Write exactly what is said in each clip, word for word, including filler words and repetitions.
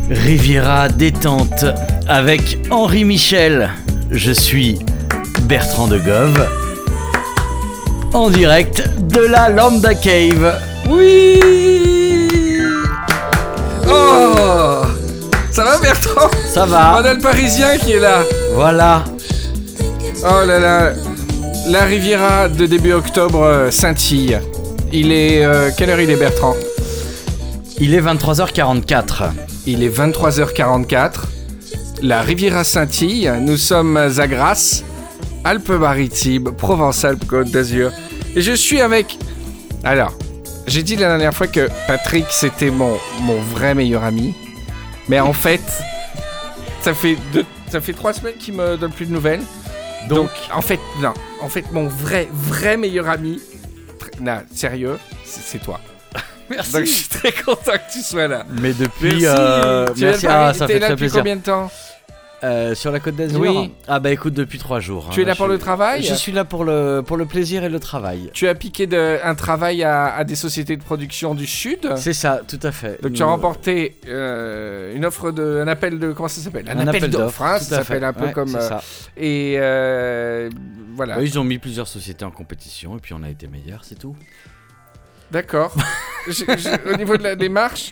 Riviera détente avec Henri Michel. Je suis Bertrand de Gove en direct de la Lambda Cave. Oui. Oh, ça va Bertrand? Ça va. Modèle parisien qui est là. Voilà. Oh là là. La Riviera de début octobre euh, scintille. Il est... Euh, quelle heure il est Bertrand? Il est vingt-trois heures quarante-quatre. Il est vingt-trois heures quarante-quatre. La Riviera scintille. Nous sommes à Grasse, Alpes-Maritimes, Provence-Alpes-Côte d'Azur. Et je suis avec... Alors, j'ai dit la dernière fois que Patrick, c'était mon, mon vrai meilleur ami. Mais en fait, ça fait, deux, ça fait trois semaines qu'il me donne plus de nouvelles. Donc, Donc en fait, non. En fait, mon vrai, vrai meilleur ami... Non, sérieux, c'est, c'est toi. Merci. Donc je suis très content que tu sois là. Mais depuis... Merci, euh, tu merci. Paris, Ah, ça t'es fait là très depuis plaisir. combien de temps? Euh, sur la Côte d'Azur. Oui. Ah bah écoute, depuis trois jours. Tu hein, es là pour je... le travail? Je suis là pour le, pour le plaisir et le travail. Tu as piqué de, un travail à, à des sociétés de production du Sud? C'est ça, tout à fait. Donc tu as remporté euh, une offre de... Un appel de... Comment ça s'appelle? Un, un appel, appel d'offres, d'offres, hein, tout ça à s'appelle fait. un peu Ouais, comme... c'est euh, ça. Et euh, voilà. Ouais, ils ont mis plusieurs sociétés en compétition et puis on a été meilleurs, c'est tout. D'accord. je, je, au niveau de la démarche,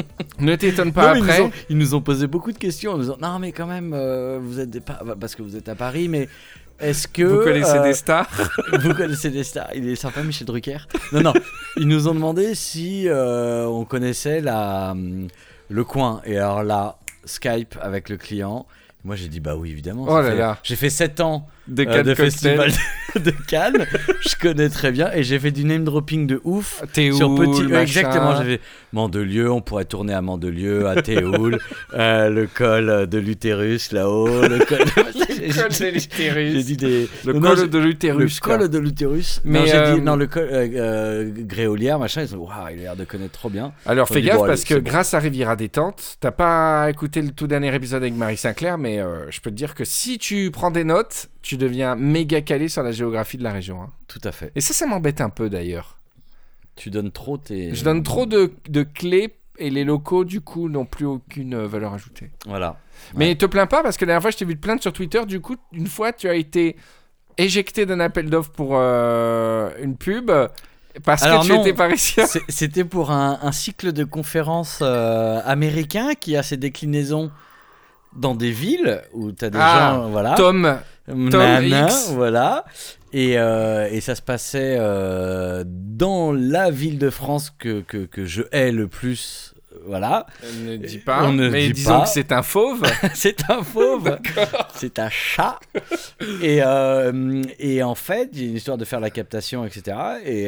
ne t'étonne pas non, après. Ils nous, ont, ils nous ont posé beaucoup de questions en nous disant non mais quand même euh, vous êtes des pa- parce que vous êtes à Paris, mais est-ce que vous connaissez euh, des stars? Vous connaissez des stars? Il est sympa, Michel Drucker. Non non, ils nous ont demandé si euh, on connaissait la le coin, et alors là Skype avec le client. Moi j'ai dit bah oui évidemment. Oh là fait, là. J'ai fait sept ans De, euh, de festival de, de Cannes. Je connais très bien et j'ai fait du name dropping de ouf. Théoul, sur petit. machin. Exactement. J'ai fait Mandelieu. On pourrait tourner à Mandelieu, à Théoul, euh, le col de l'utérus là-haut, le col. Le col de l'utérus. J'ai dit des. Le non, col non, de l'utérus. Le col quoi. de l'utérus. Mais non, j'ai euh... dit non le col euh, euh, Gréolière machin. Ils ont waouh, il a l'air de connaître trop bien. Alors on fais dit, gaffe bon, parce allez, que bon. grâce à Riviera Détente, t'as pas écouté le tout dernier épisode avec Marie Sinclair, mais euh, je peux te dire que si tu prends des notes, tu deviens méga calé sur la géographie de la région. Hein. Tout à fait. Et ça, ça m'embête un peu d'ailleurs. Tu donnes trop tes. Je donne trop de, de clés et les locaux du coup n'ont plus aucune euh, valeur ajoutée. Voilà. Mais Ouais. te plains pas parce que la dernière fois je t'ai vu te plaindre sur Twitter, du coup une fois tu as été éjecté d'un appel d'offres pour euh, une pub parce Alors que tu non, étais parisien. c'est- C'était pour un, un cycle de conférences euh, américain qui a ses déclinaisons dans des villes où tu as des Ah, gens, voilà. Tom, Nana, X. voilà. Et, euh, et ça se passait euh, dans la ville de France que, que, que je hais le plus. Voilà. on ne dit pas, On ne mais dit disons pas. que c'est un fauve. C'est un fauve. C'est un chat. Et, euh, et en fait, il y a une histoire de faire la captation, et cetera. Et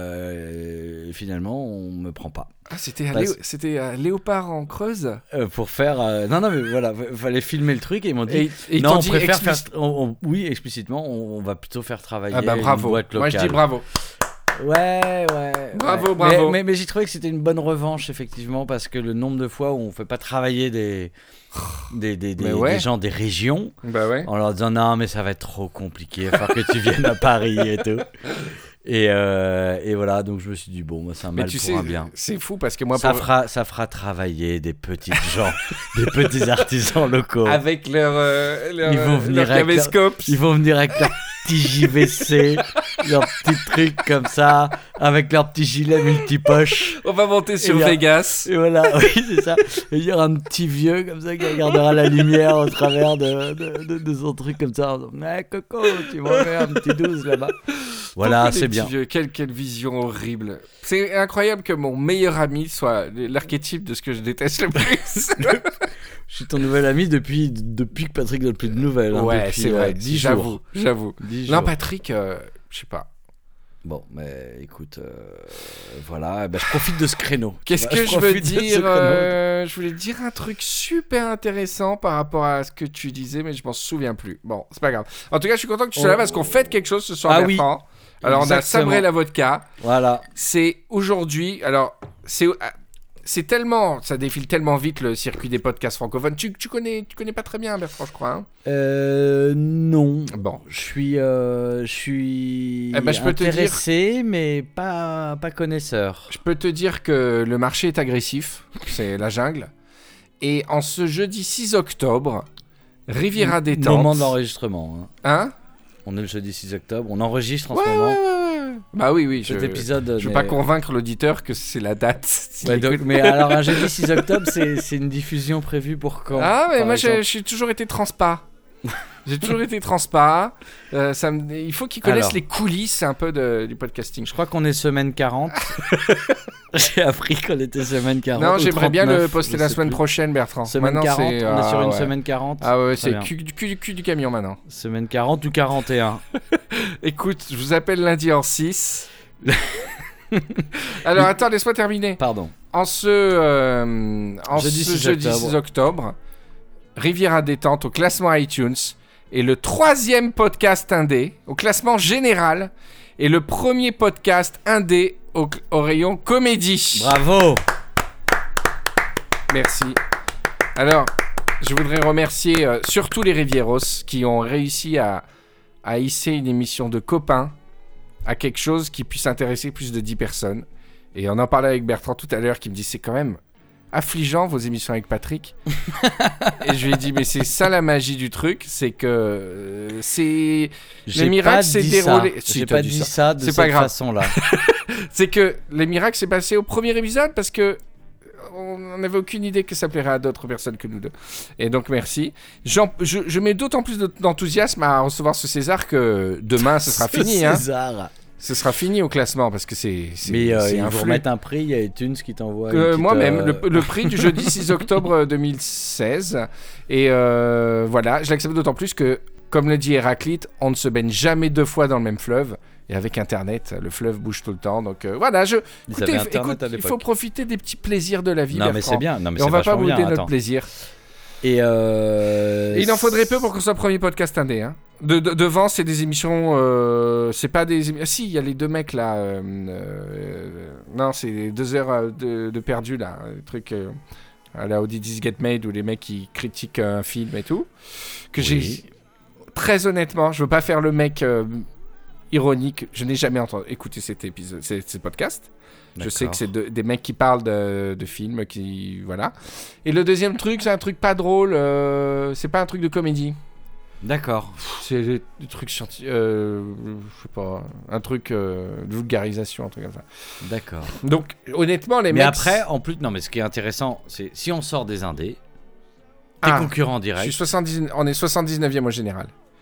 euh, finalement, on me prend pas. Ah, c'était à, Parce- Léo- c'était à Léopard en Creuse. Euh, pour faire. euh, Non, non, mais voilà, il fallait filmer le truc et ils m'ont dit. Et, et ils non, t'ont on dit préfère explic- faire. on- on- oui, explicitement, on, on va plutôt faire travailler Ah bah une bravo. boîte locale. Moi je dis bravo. Ouais, ouais. Bravo, ouais. bravo. Mais, mais, mais j'ai trouvé que c'était une bonne revanche, effectivement, parce que le nombre de fois où on fait pas travailler des, des, des, des, Mais ouais. des gens des régions Bah ouais. en leur disant non, mais ça va être trop compliqué, il va falloir que tu viennes à Paris et tout. Et, euh, et voilà, donc je me suis dit, bon, moi, c'est un Mais mal tu pour sais, un bien. c'est fou parce que moi Ça pour- fera, ça fera travailler des petits gens, des petits artisans locaux. avec leur euh, leur, Ils vont euh, venir leur avec leur- caméscope. Ils vont venir avec leur petit J V C, leur petit truc comme ça, avec leur petit gilet multipoche. On va monter sur Et il y a- Vegas. Et voilà, oui, c'est ça. Et il y aura un petit vieux comme ça qui regardera la lumière au travers de, de, de, de son truc comme ça. En disant, mais Coco, tu vas faire un petit douze là-bas. Voilà, Pourquoi des c'est petits bien. vieux quelle, quelle vision horrible. C'est incroyable que mon meilleur ami soit l'archétype de ce que je déteste le plus. Je suis ton nouvel ami depuis, depuis que Patrick donne plus de nouvelles. hein, ouais, depuis, c'est vrai. euh, dix J'avoue, jours. j'avoue. dix Non, jours. Patrick, euh, je sais pas. Bon, mais écoute, euh, voilà, eh ben, je profite de ce créneau. Qu'est-ce Bah, que je veux profite de ce dire créneau. euh, Je voulais dire un truc super intéressant par rapport à ce que tu disais, mais je m'en souviens plus. Bon, c'est pas grave. En tout cas, je suis content que tu sois Oh. là parce qu'on fête quelque chose ce soir, Ah oui. Bertrand. Alors, on a Exactement. sabré la vodka. Voilà. C'est aujourd'hui. Alors, c'est. C'est tellement, ça défile tellement vite le circuit des podcasts francophones. Tu, tu connais, tu connais pas très bien Bertrand, je crois. Hein Euh, non. Bon. Je suis, euh, je suis Eh ben, je peux te dire- intéressé, mais pas, pas connaisseur. Je peux te dire que le marché est agressif, c'est la jungle, Et en ce jeudi six octobre, Riviera Détente... Moment de l'enregistrement. Hein. Hein On est le jeudi six octobre, on enregistre en ouais, ce moment. Ouais, ouais, ouais. Bah oui, oui. Cet je, épisode... Je veux mais... pas convaincre l'auditeur que c'est la date. Ouais, donc, mais alors, un jeudi six octobre, c'est, c'est une diffusion prévue pour quand? Ah, mais moi, j'ai, j'ai toujours été transpa. J'ai toujours été transpa. Euh, ça me... Il faut qu'ils connaissent Alors, les coulisses un peu de, du podcasting. Je crois qu'on est semaine quarante. J'ai appris qu'on était semaine quarante. Non, j'aimerais bien le poster la semaine plus. prochaine, Bertrand. Semaine maintenant, quarante, c'est, on est ah, sur une ouais. semaine quarante. Ah ouais, c'est cul, cul, cul du camion maintenant. Semaine quarante ou quarante et un. Écoute, je vous appelle lundi en six. Alors attends, laisse-moi terminer. Pardon. En ce, euh, en jeudi, ce six jeudi octobre. six octobre, Riviera Détente au classement iTunes est le troisième podcast indé au classement général et le premier podcast indé au, au rayon comédie. Bravo. Merci. Alors, je voudrais remercier euh, surtout les Rivieros qui ont réussi à, à hisser une émission de copains à quelque chose qui puisse intéresser plus de dix personnes. Et on en parlait avec Bertrand tout à l'heure qui me dit c'est quand même affligeant vos émissions avec Patrick. Et je lui ai dit mais c'est ça la magie du truc, c'est que euh, c'est J'ai le miracle s'est déroulé. J'ai Si, pas dit dit ça, ça de c'est cette pas grave. façon-là. C'est que les miracles s'est passé au premier épisode parce que on n'avait aucune idée que ça plairait à d'autres personnes que nous deux. Et donc merci. J'en, je, je mets d'autant plus d'enthousiasme à recevoir ce César que demain ce sera ce fini. César. Hein. Ce sera fini au classement parce que c'est. c'est Mais euh, c'est ils un vous flux. remettent un prix, il y a iTunes qui t'envoie. Euh, petite, moi-même, euh... le, le prix du jeudi six octobre deux mille seize. Et euh, voilà, je l'accepte d'autant plus que, comme le dit Héraclite, on ne se baigne jamais deux fois dans le même fleuve. Et avec Internet, le fleuve bouge tout le temps. Donc euh, voilà, je. Écoutez, Internet écoute, à il l'époque. faut profiter des petits plaisirs de la vie. Non, Bertrand. mais c'est bien. Non, mais et c'est on va pas bouder bien. notre Attends. plaisir. Et euh... Et il en faudrait peu pour qu'on soit premier podcast indé. Hein. De, de, devant, c'est des émissions. Euh, c'est pas des. Ah, si, il y a les deux mecs là. Euh, euh, non, c'est les deux heures de, de perdu là. Le truc euh, à la How Did This Get Made où les mecs qui critiquent un film et tout. Que oui. j'ai. Très honnêtement, je veux pas faire le mec euh, ironique. Je n'ai jamais entendu écouter cet épisode, ces, ces podcasts. Je sais que c'est de, des mecs qui parlent de, de films, qui voilà. Et le deuxième truc, c'est un truc pas drôle. Euh, c'est pas un truc de comédie. D'accord. C'est des, des trucs scientifiques. Euh, je sais pas. Un truc euh, de vulgarisation, un truc comme ça. D'accord. Donc, honnêtement, les mais mecs. Mais après, en plus, non, mais ce qui est intéressant, c'est si on sort des indés, tes ah, concurrents directs. Je suis soixante-dix, on est soixante-dix-neuvième au général.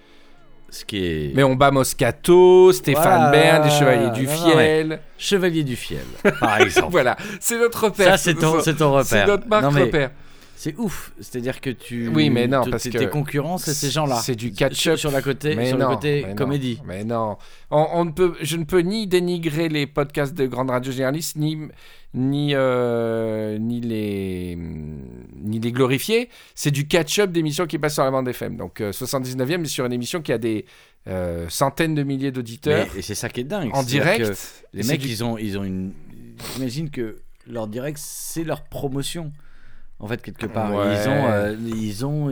Ce qui est. Mais on bat Moscato, Stéphane voilà, Bern, les Chevaliers du non, Fiel. Non, ouais. Chevalier du Fiel, par exemple. Voilà, c'est notre repère. Ça, c'est ton, c'est ton repère. C'est notre marque non, mais repère. C'est ouf. C'est-à-dire que tu. Oui, mais non, t- parce tes, que. Tes concurrents, c'est ces gens-là. C'est du catch-up. Sur, sur, la côté, mais sur non, le côté mais comédie. Non, mais non. On, on ne peut, je ne peux ni dénigrer les podcasts de grandes radios généralistes, ni, ni, euh, ni, les, ni les glorifier. C'est du catch-up d'émissions qui passent sur la bande F M. Donc, euh, soixante-dix-neuvième, mais sur une émission qui a des euh, centaines de milliers d'auditeurs. Mais, et c'est ça qui est dingue. En direct. Les mecs, du... ils, ont, ils ont une. J'imagine que leur direct, c'est leur promotion. En fait, quelque part, ouais. ils ont, euh, ils ont,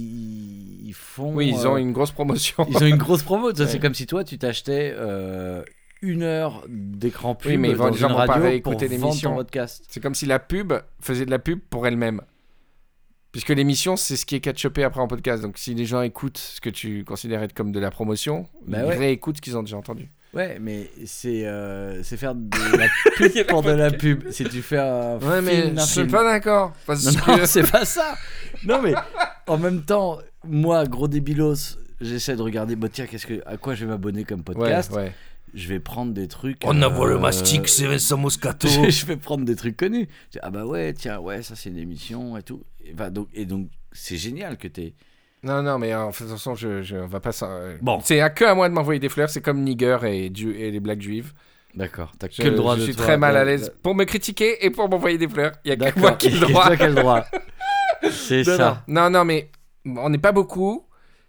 ils, ils font. Oui, ils ont euh, une grosse promotion. Ils ont une grosse promo. Ouais. C'est comme si toi, tu t'achetais euh, une heure d'écran pub oui, mais dans les gens une vont radio pas pour réécouter vendre l'émission. ton podcast. C'est comme si la pub faisait de la pub pour elle-même. Puisque l'émission, c'est ce qui est catch-upé après en podcast. Donc, si les gens écoutent ce que tu considères être comme de la promotion, bah ils ouais. réécoutent ce qu'ils ont déjà entendu. Ouais, mais c'est, euh, c'est faire de la pub pour de la pub. Si tu fais un ouais, film mais d'un je suis film. pas d'accord. Parce non, que... non, c'est pas ça. Non, mais en même temps, moi, gros débilos, j'essaie de regarder, bah, tiens, qu'est-ce que, à quoi je vais m'abonner comme podcast. Ouais, ouais. Je vais prendre des trucs. On euh, a vu le mastic, c'est Vincent Moscato. Je vais prendre des trucs connus. Ah bah ouais, tiens, ouais, ça c'est une émission et tout. Et, bah, donc, et donc, c'est génial que t'aies. Non, non, mais en fait, de toute façon, je, je, on va pas. Euh, bon. C'est à que à moi de m'envoyer des fleurs. C'est comme Nigger et, du, et les blagues juives. D'accord. T'as je, que le droit je de. suis toi, très mal à de, l'aise de... pour me critiquer et pour m'envoyer des fleurs. Il y a D'accord. que moi qui ai le droit. C'est toi qui as le droit. C'est non, ça. Non, non, non, mais on n'est pas beaucoup.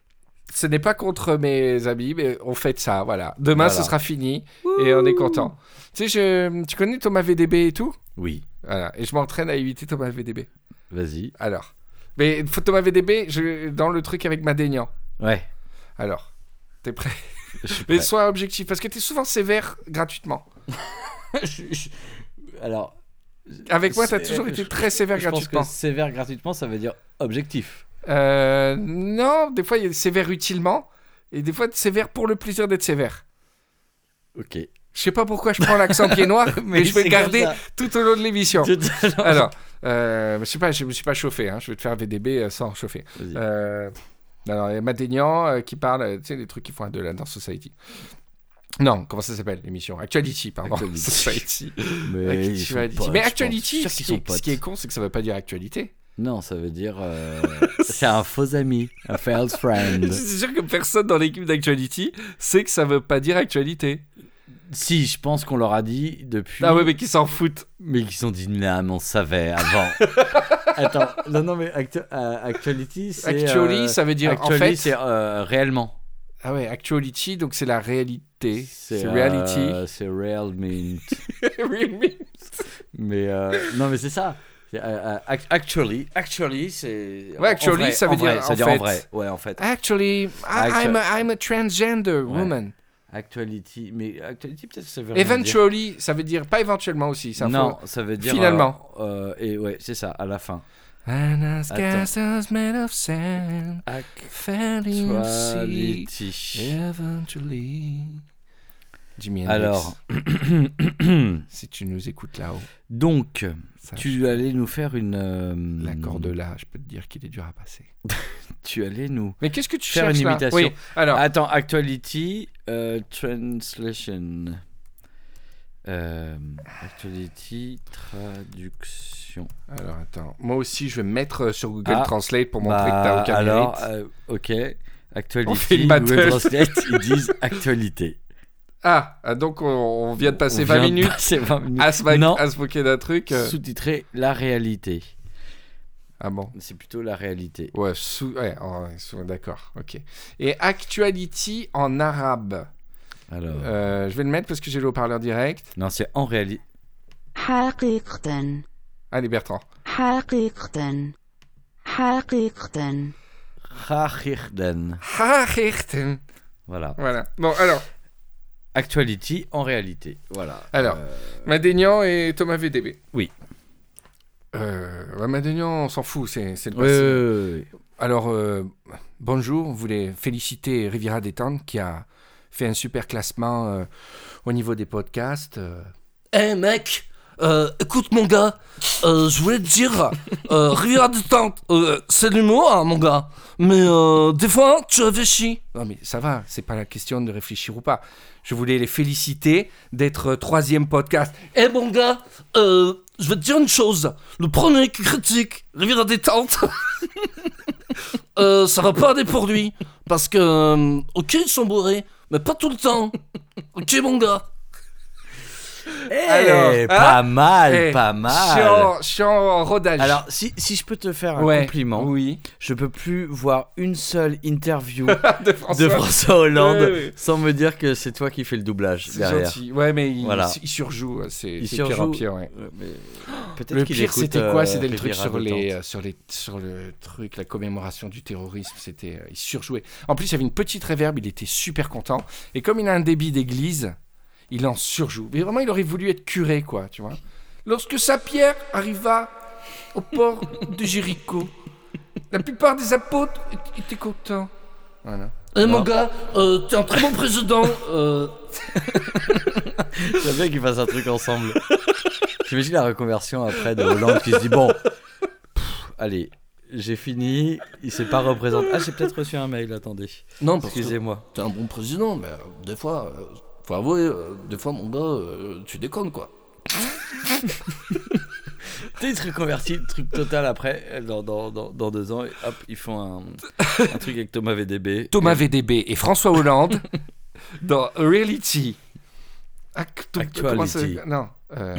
Ce n'est pas contre mes amis, mais on fait ça, voilà. Demain, voilà. Ce sera fini Ouh. Et on est content. Tu sais, je... tu connais Thomas V D B et tout ? Oui. Voilà. Et je m'entraîne à éviter Thomas V D B. Vas-y. Alors. Mais Thomas V D B, je... dans le truc avec Madénian. Ouais. Alors, t'es prêt ? Je suis Mais prêt. sois objectif, parce que t'es souvent sévère gratuitement. Alors, Avec moi, t'as C'est- toujours été je- très sévère Je pense gratuitement. que sévère gratuitement, ça veut dire objectif. Euh, non, des fois, il y a sévère utilement, et des fois, sévère pour le plaisir d'être sévère. Ok. Je sais pas pourquoi je prends l'accent pied noir, mais, je vais c'est le garder comme ça. tout au long de l'émission. Tout à l'heure. Alors, euh, je sais pas, je me suis pas chauffé, hein, je vais te faire V D B euh, sans chauffer. Vas-y. Euh, alors, il y a Matt Aignan euh, qui parle, euh, tu sais, des trucs qui font un de la Dance Society. Non, comment ça s'appelle l'émission Actuality, pardon. Actuality. Society. Mais, ils sont Actuality. potes, Mais je Actuality, pense. ce Sûr qu'ils qui, sont est, ce potes. qui est con, c'est que ça veut pas dire actualité. Non, ça veut dire. euh, c'est un faux ami, un false friend. C'est sûr que personne dans l'équipe d'Actuality sait que ça veut pas dire actualité. Si, je pense qu'on leur a dit depuis. Ah ouais, mais qui s'en foutent. Mais qui sont dit, non, mais on savait avant. Attends, non, non, mais actu- euh, Actuality, c'est. Actually, euh, ça veut dire actually, en fait. c'est euh, réellement. Ah ouais, actuality, donc c'est la réalité. C'est, euh, reality. C'est real mint. Really? Mais euh, non, mais c'est ça. C'est, euh, euh, act- actually, actually, c'est. Ouais, actually, en vrai, ça veut en vrai, dire ça en veut dire fait. en vrai. Ouais, en fait. Actually, I, Actu- I'm, a, I'm a transgender Ouais. woman. Actuality, mais actuality, peut-être que ça veut rien dire. Eventually, ça veut dire pas éventuellement aussi. Ça Non, ça veut dire. Finalement. euh, euh, et ouais, c'est ça, à la fin. And as Attends. castles made of sand, fell in sea, Actuality. eventually. Jimi Hendrix, Alors, si tu nous écoutes là-haut, donc, sache tu allais nous faire une. euh, l'accord de là, je peux te dire qu'il est dur à passer. Tu allais nous. Mais qu'est-ce que tu Faire cherches une là imitation. Oui, alors, Attends, actuality, euh, translation. Euh, actuality, traduction. alors attends, moi aussi je vais me mettre sur Google Ah, Translate pour montrer que t'as Bah, aucun alors, mérite. euh, ok. On Actuality, fait une battle. Google Translate, ils disent actualité. Ah, ah, donc on, on vient de passer On vingt vient de minutes passer vingt minutes. à se, ma- Non. à se moquer d'un truc. euh. Sous-titré la réalité. Ah bon. C'est plutôt la réalité. Ouais, sous... ouais, oh, ouais, sous- d'accord, ok. Et actuality en arabe. Alors, Euh, je vais le mettre parce que j'ai le haut-parleur direct. non, c'est en réalité. حقيقة Allez Bertrand. حقيقة حقيقة Rachirden. Hachichten. Voilà. Voilà. Bon, alors, Actuality en réalité. Voilà. Alors. Euh, Madénian et Thomas V D B. Oui. Euh, ouais, Madénian, on s'en fout, c'est, c'est le ouais, passé. ouais, ouais, ouais. Alors, euh, bonjour, on voulait féliciter Riviera Détente qui a fait un super classement euh, au niveau des podcasts. euh. Eh mec, euh, écoute mon gars, euh, je voulais te dire, euh, Riviera Détente, euh, c'est de l'humour hein, mon gars, mais euh, des fois tu réfléchis. Non mais ça va, c'est pas la question de réfléchir ou pas. Je voulais les féliciter d'être troisième podcast. Eh mon gars, euh, je vais te dire une chose, le premier qui critique Riviera Détente, euh, ça va pas aller pour lui, parce que, euh, ok ils sont bourrés, mais pas tout le temps. Ok mon gars. Eh, Alors, pas hein mal, Eh, pas Je suis mal. en, je suis en rodage. Alors, si, si je peux te faire un Ouais, compliment, Oui. je peux plus voir une seule interview de François. de François Hollande Ouais, ouais. sans me dire que c'est toi qui fais le doublage C'est derrière. gentil. Ouais, mais il, Voilà. il surjoue. C'est, Il c'est pire en surjoue. pire, ouais. Euh, mais peut-être Le qu'il pire, écoute, c'était quoi euh, C'était le truc Riviera sur les, Détente. euh, sur les, sur le truc, la commémoration du terrorisme. C'était, euh, il surjouait. En plus, il y avait une petite réverb. Il était super content. Et comme il a un débit d'église, il en surjoue. Mais vraiment, il aurait voulu être curé, quoi, tu vois. Lorsque Saint-Pierre arriva au port de Jéricho, la plupart des apôtres étaient contents. Voilà. Eh mon Non. gars, euh, t'es un très bon président. Euh, J'aime bien qu'ils fassent un truc ensemble. J'imagine la reconversion après de Hollande qui se dit bon, pff, allez, j'ai fini, il s'est pas représenté. Ah, j'ai peut-être reçu un mail, attendez. non, parce que Excusez-moi. t'es un bon président, mais euh, des fois, euh, faut avouer, euh, des fois mon gars, euh, tu déconnes quoi. Tu sais, ils se reconvertit, truc total après, dans, dans, dans, dans deux ans, et hop, ils font un, un truc avec Thomas V D B. Thomas V D B et François Hollande dans Reality. Actu- Actuality. comment ça- Non. Euh...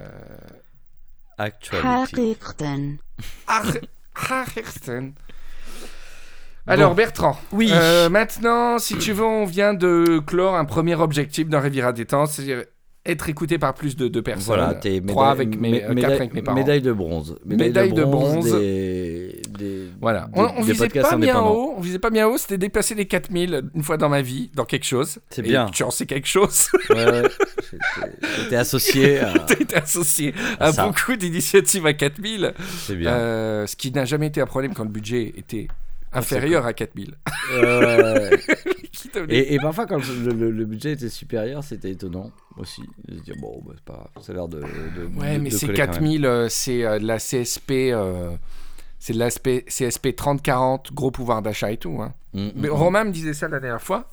Actuality. حقيقة Ar- Harrison. Alors Bon. Bertrand, Oui. euh, maintenant, si tu veux, on vient de clore un premier objectif dans Riviera Détente, c'est-à-dire être écouté par plus de deux personnes. Voilà, t'es Trois médaille- avec mes, mé- euh, quatre médaille- avec mes parents. Médaille de bronze. Médaille de bronze. Des, des, Voilà. des- On, on des visait podcasts pas bien indépendants. haut, on visait pas bien haut, c'était dépasser les quatre mille une fois dans ma vie, dans quelque chose. C'est Et bien. tu en sais quelque chose. Ouais, ouais. J'étais, j'étais associé à... T'es associé à Ça. beaucoup d'initiatives à quatre mille, C'est bien. euh, ce qui n'a jamais été un problème quand le budget était inférieur à quatre mille. Euh, Qui te- et, et parfois, quand le, le- le budget était supérieur, c'était étonnant aussi. De se dire, bon, bah, c'est pas grave, ça a l'air de. de Ouais, de- mais de c'est coller quand même. quatre mille, euh, c'est euh, de la C S P, euh, c'est de la S P C S P trente quarante, gros pouvoir d'achat et tout. Hein. Mm, Mais mm, Romain me disait ça la dernière fois,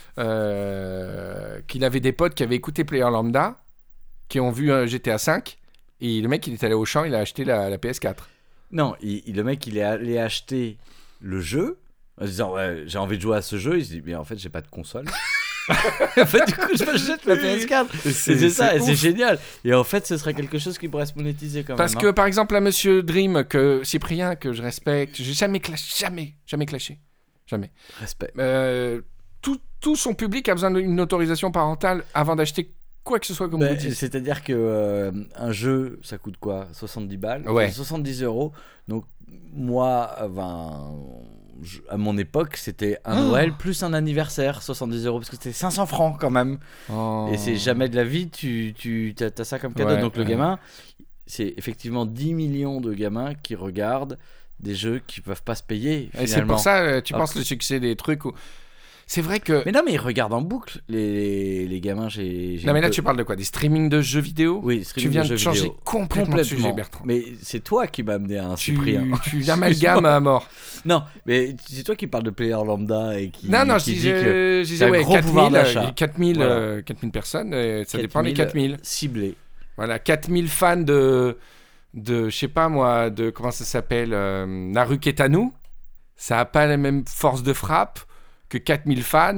euh, qu'il avait des potes qui avaient écouté Player Lambda, qui ont vu un G T A cinq, et le mec il est allé au champ, il a acheté la, la P S quatre. Non, il, il- le mec, il est allé acheter le jeu en disant, ouais, j'ai envie de jouer à ce jeu. Il se dit, mais en fait, j'ai pas de console. En fait, du coup, je m'achète la P S quatre. Et c'est ça, et c'est ouf. génial. Et en fait, ce serait quelque chose qui pourrait se monétiser quand Parce même. que hein. par exemple, là, Monsieur Dream, que Cyprien, que je respecte, j'ai jamais clashé, jamais, jamais clashé, jamais. Respect. Euh, tout, tout son public a besoin d'une autorisation parentale avant d'acheter quoi que ce soit comme Ben, goodies. c'est-à-dire que euh, un jeu, ça coûte quoi? soixante-dix balles. Ouais. soixante-dix euros. Donc, moi, ben, je- à mon époque, c'était un Oh. Noël plus un anniversaire, soixante-dix euros, parce que c'était cinq cents francs quand même. Oh. Et c'est jamais de la vie, tu, tu as, ça comme cadeau. Ouais, Donc, le ouais. gamin, c'est effectivement dix millions de gamins qui regardent des jeux qui peuvent pas se payer. Et c'est finalement. pour ça, euh, tu Alors penses que- le succès des trucs où... C'est vrai que... Mais non, mais ils regardent en boucle, les, les gamins. J'ai, j'ai Non mais un là peu- tu parles de quoi? Des streamings de jeux vidéo? Oui, Tu streaming viens de de jeux changer vidéo. complètement, de sujet, Bertrand. Mais c'est toi qui m'as amené à un Tu, Cyprien. tu amalgames à mort. Non, mais c'est toi qui parles de player lambda et qui. Non, non, qui je dit que disais, je disais t'as un ouais, gros pouvoir d'achat. quatre mille, Voilà. euh, quatre mille personnes, euh, ça quatre dépend des mille quatre mille. ciblés. Voilà, quatre mille fans de, de, je sais pas moi, de, comment ça s'appelle, euh, Naruketanu. Ça a pas la même force de frappe que quatre mille fans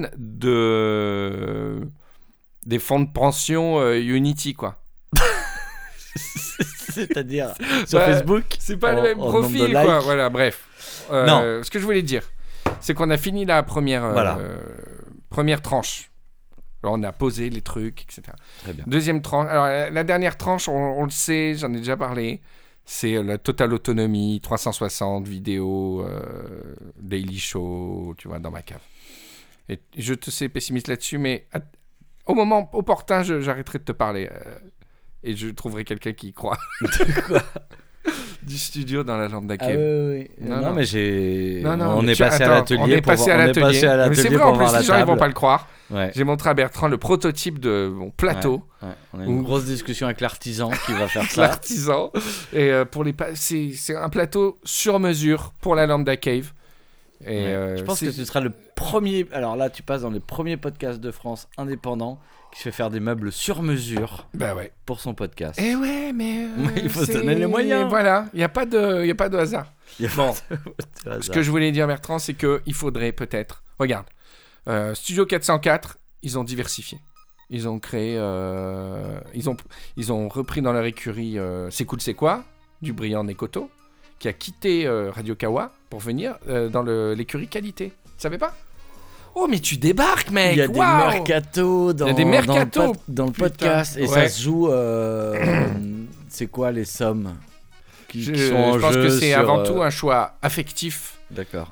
de, des fonds de pension euh, Unity, quoi. C'est-à-dire sur Bah, Facebook. C'est pas en- le même en nombre de profil, quoi. likes. Voilà, bref. Euh, Non. Ce que je voulais dire, c'est qu'on a fini la première, euh, Voilà. première tranche. Alors, on a posé les trucs, et cetera. Très bien. Deuxième tranche. Alors, la, la dernière tranche, on, on le sait, j'en ai déjà parlé. C'est euh, la totale autonomie, trois cent soixante vidéos, euh, daily show, tu vois, dans ma cave. Et je te sais pessimiste là-dessus, mais à- au moment opportun, je- j'arrêterai de te parler. euh, et je trouverai quelqu'un qui y croit. Quoi Du studio dans la lampe Ah d'Akev. oui, oui. Non, Non, non. mais j'ai. Non, non, on mais est tu- passé à attends, l'atelier. On est pour passé voir- à on est l'atelier. passé à Mais l'atelier c'est vrai, pour en plus, voir la les gens, ils vont table. pas le croire. Ouais. J'ai montré à Bertrand le prototype de mon plateau, Ouais. On a une Ou- grosse discussion avec l'artisan qui va faire ça. l'artisan. Et euh, pour les pa- c'est, c'est un plateau sur mesure pour la Lambda Cave. Et Ouais. euh, Je pense c'est- que ce sera le premier. Alors là, tu passes dans les premiers podcasts de France indépendants qui fait faire des meubles sur mesure Bah ouais. pour son podcast. Et ouais, mais. euh, Mais il faut se c'est- donner les moyens. Voilà, il n'y a, pas de- y a pas de hasard. Il y a Bon. pas de hasard. Ce que je voulais dire, Bertrand, c'est qu'il faudrait peut-être. Regarde, euh, Studio quatre cent quatre, ils ont diversifié. Ils ont créé. euh, ils, ont, ils ont repris dans leur écurie euh, C'est cool, c'est quoi du brillant Nekoto, qui a quitté euh, Radio Kawa pour venir euh, dans le- l'écurie qualité. Tu savais pas? Oh, mais tu débarques, mec! Il y a des Waouh. mercatos dans, Il y a des dans le mercatos, pod- dans le, putain. podcast et Ouais. ça se joue. euh, c'est quoi les sommes qui, Je, qui sont en je pense jeu que c'est sur, avant euh, tout un choix affectif. D'accord.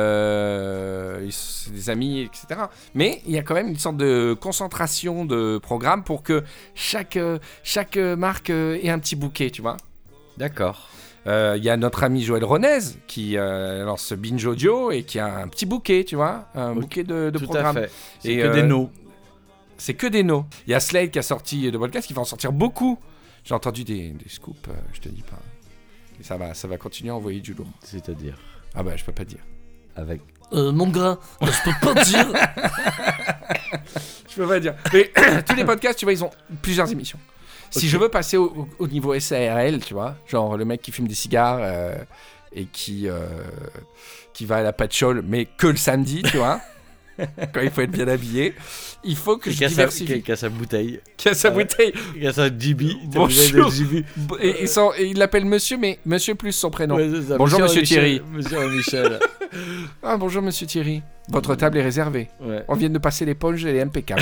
Euh, ils- c'est des amis, et cetera. Mais il y a quand même une sorte de concentration de programmes pour que chaque, euh, chaque euh, marque euh, ait un petit bouquet, tu vois. D'accord. Euh, Il y a notre ami Joël Ronez qui euh, lance Binge Audio et qui a un petit bouquet, tu vois, un Ok. bouquet de, de Tout programmes. à fait. C'est Et, que des euh, noms. C'est que des noms. Il y a Slade qui a sorti de podcast, qui va en sortir beaucoup. J'ai entendu des, des scoops, euh, je te dis pas. Et ça va, ça va continuer à envoyer du lourd. C'est-à-dire Ah bah je peux pas te dire. avec. Euh, mon gars, je peux pas te dire. Je peux pas dire. Mais tous les podcasts, tu vois, ils ont plusieurs émissions. Si Ok. je veux passer au, au- au niveau S A R L, tu vois, genre le mec qui fume des cigares euh, et qui, euh, qui va à la patchole, mais que le samedi, tu vois, quand il faut être bien habillé, il faut que Qui je a, sa, diversifie. qui a sa bouteille. Qui a sa Ah ouais. bouteille. Qui a sa G B. sa Bonjour. bouteille de G B. Et, et son- et il l'appelle monsieur, mais monsieur plus son prénom. Ouais, c'est ça. Bonjour, monsieur Michel- Thierry. Monsieur Michel. Ah, bonjour monsieur Thierry. Votre table est réservée. Ouais. On vient de passer l'éponge, elle est impeccable.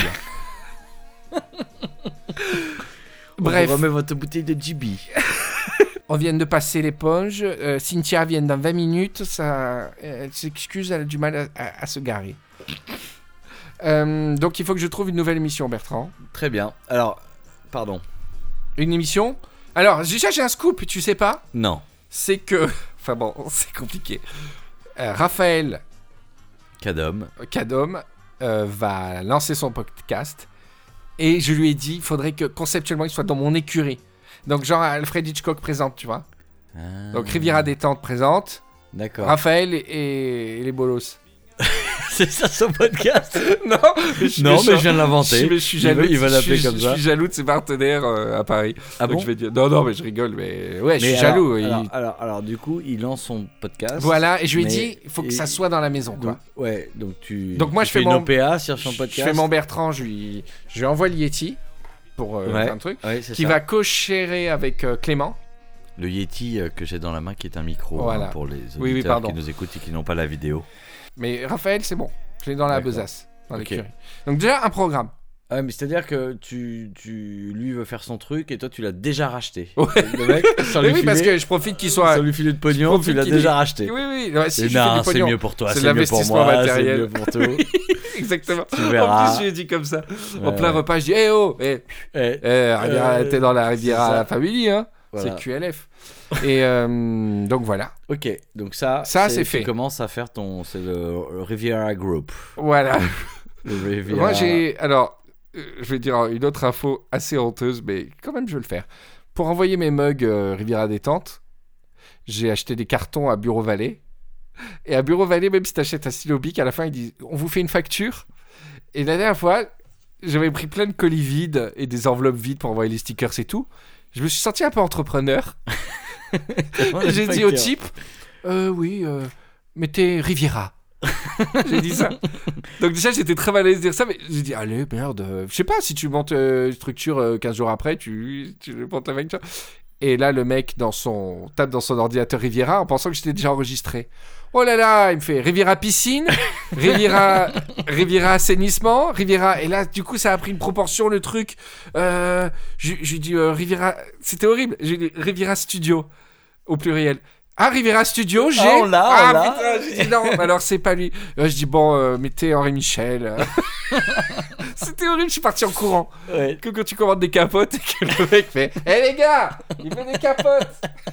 Bref. Bref. On remet votre bouteille de G B. On vient de passer l'éponge. euh, Cynthia vient dans vingt minutes. Ça, elle s'excuse, elle a du mal à, à- à se garer. Euh, donc il faut que je trouve une nouvelle émission, Bertrand. Très bien. Alors, Pardon. Une émission. Alors, déjà, j'ai un scoop, tu sais pas ? Non. C'est que... Enfin bon, c'est compliqué. Euh, Raphaël Cadom. Cadom euh, va lancer son podcast. Et je lui ai dit, il faudrait que conceptuellement, il soit dans mon écurie. Donc, genre, Alfred Hitchcock présente, tu vois. Ah. Donc, Riviera Détente présente. D'accord. Raphaël et, et les bolos. C'est ça son podcast? Non, mais je, Non, mais mais je viens de l'inventer. Je, je suis Il jaloux. va- il va je l'appeler suis- comme ça. Je suis jaloux de ses partenaires euh, à Paris. Ah Donc bon? je vais dire, non, non, mais je rigole, mais ouais, je Mais suis alors- jaloux. il- Alors, alors, alors, du coup, il lance son podcast. Voilà, et je lui ai mais- dit, il faut que et- ça soit dans la maison, quoi. Donc, ouais, donc tu. Donc moi, tu je fais une mon- O P A sur son podcast. Je fais mon Bertrand, je lui, je lui envoie le Yeti pour euh, Ouais. faire un truc, Ouais, c'est qui ça. va co-chérer avec euh, Clément. Le Yeti euh, que j'ai dans la main, qui est un micro Voilà. hein, pour les auditeurs Oui, oui, pardon. qui nous écoutent et qui n'ont pas la vidéo. Mais Raphaël, c'est bon, je l'ai dans la D'accord. besace, dans Ok. l'écurie. Donc déjà, un programme. Ah, mais c'est-à-dire que tu, tu, lui veut faire son truc et toi tu l'as déjà racheté. Ouais. Le mec, sans Mais lui oui, parce filer- que je profite qu'il soit... sans lui filer de je pognon, profite tu l'as qu'il déjà ait- racheté. Oui, oui, ouais, si Et je fais non, du c'est pognon. mieux pour toi, C'est c'est de mieux pour l'investissement moi, c'est matériel. mieux pour tout. Exactement. Tu En verras. plus, je lui ai dit comme ça. en Ouais, plein ouais. repas, je dis, eh oh, eh, Eh, eh, Riviera, Euh, t'es dans la Riviera c'est ça. Family, hein. voilà. C'est Q L F. Et euh, donc voilà. Ok, donc ça, Ça, c'est fait. Tu commences à faire ton, c'est le Riviera Group. Voilà. Le Riviera- Moi, j'ai. Alors, euh, je vais dire une autre info assez honteuse, mais quand même, je vais le faire. Pour envoyer mes mugs euh, Riviera Détente, j'ai acheté des cartons à Bureau Vallée. Et à Bureau Vallée, même si t'achètes un stylo bic, à la fin, ils disent on vous fait une facture. Et la dernière fois, j'avais pris plein de colis vides et des enveloppes vides pour envoyer les stickers et tout. Je me suis senti un peu entrepreneur. Et j'ai dit au type euh, oui, euh, mettez Riviera. J'ai dit ça. Donc déjà j'étais très mal à l'aise de dire ça, mais j'ai dit allez merde, euh, je sais pas si tu montes euh, une structure euh, quinze jours après, tu tu montes la facture. Et là le mec dans son tape dans son ordinateur Riviera en pensant que j'étais déjà enregistré. Oh là là, il me fait Riviera piscine, Riviera Riviera assainissement, Riviera, et là du coup ça a pris une proportion le truc. Euh, je je lui dis euh, Riviera, c'était horrible. J'ai dit Riviera studio au pluriel. Ah, Riviera Studio, j'ai... Ah, on l'a, on ah, l'a. putain, j'ai dit non, alors c'est pas lui. Euh, je dis, bon, euh, mettez Henri Michel. C'était horrible, je suis parti en courant. Ouais. Que quand tu commandes des capotes et que le mec fait « Eh les gars, il veut des capotes !»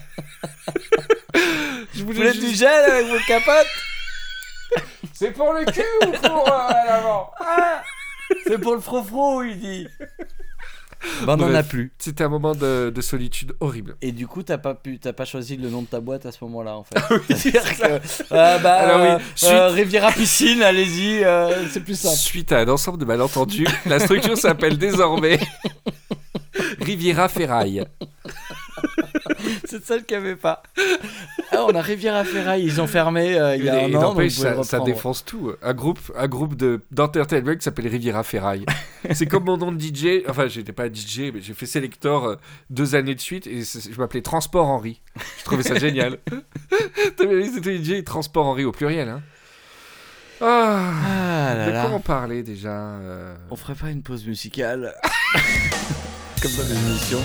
Je Vous voulais voulez juste... du gel avec vos capotes? C'est pour le cul ou pour euh, à l'avant? C'est pour le frofro, il dit. Ben, on n'en a Bref. plus. C'était un moment de, de solitude horrible. Et du coup, t'as pas pu, t'as pas choisi le nom de ta boîte à ce moment-là, en fait. oui, C'est-à-dire que, euh, bah, Alors oui, euh, suite- euh, Riviera Piscine, allez-y, euh, c'est plus simple. Suite à un ensemble de malentendus, la structure s'appelle désormais Riviera Ferraille. C'est ça qu'il n'y avait pas. Ah, on a Riviera Ferraille, ils ont fermé euh, il y a Et- un et an. n'empêche, donc vous pouvez ça, ça reprendre. défonce tout. Un groupe, un groupe de, d'entertainment qui s'appelle Riviera Ferraille. C'est comme mon nom de D J. Enfin, j'étais pas D J, mais j'ai fait Selector euh, deux années de suite et c'est- je m'appelais Transport Henri. Je trouvais ça génial. T'avais vu, c'était D J Transport Henri au pluriel. Hein. Ah, Ah là de là. quoi on parlait déjà euh, On ferait pas une pause musicale comme dans les émissions.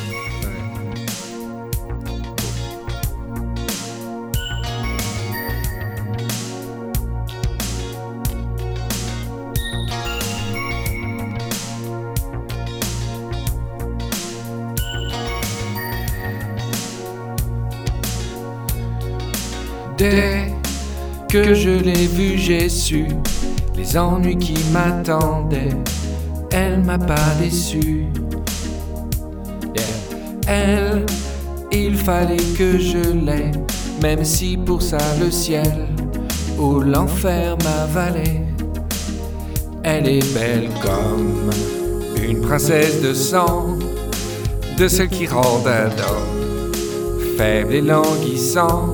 Dès que je l'ai vue, j'ai su les ennuis qui m'attendaient. Elle m'a pas déçu. Yeah. Elle, il fallait que je l'aie, même si pour ça le ciel ou l'enfer m'avalait. Elle est belle comme une princesse de sang, de celles qui rendent un homme faible et languissant.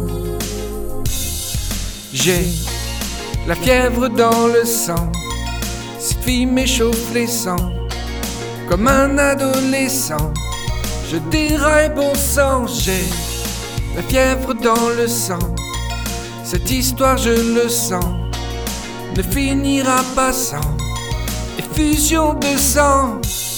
J'ai la fièvre dans le sang, cette fille m'échauffe les sangs, comme un adolescent, je déraille bon sang. J'ai la fièvre dans le sang, cette histoire je le sens, ne finira pas sans effusion de sang.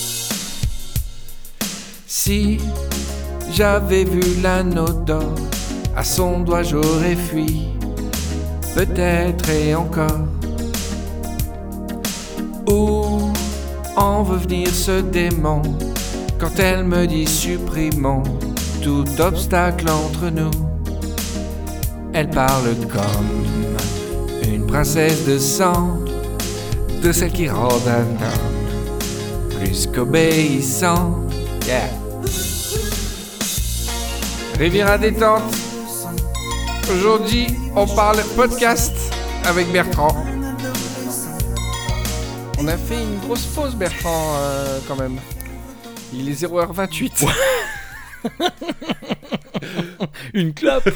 Si j'avais vu l'anneau d'or, à son doigt j'aurais fui. Peut-être et encore. Où en veut venir ce démon quand elle me dit supprimons tout obstacle entre nous. Elle parle comme une princesse de sang, de celle qui rend un homme plus qu'obéissant. Yeah. Riviera détente. Aujourd'hui, on parle podcast avec Bertrand. On a fait une grosse pause, Bertrand, euh, quand même. Il est zéro heure vingt-huit. Une clope.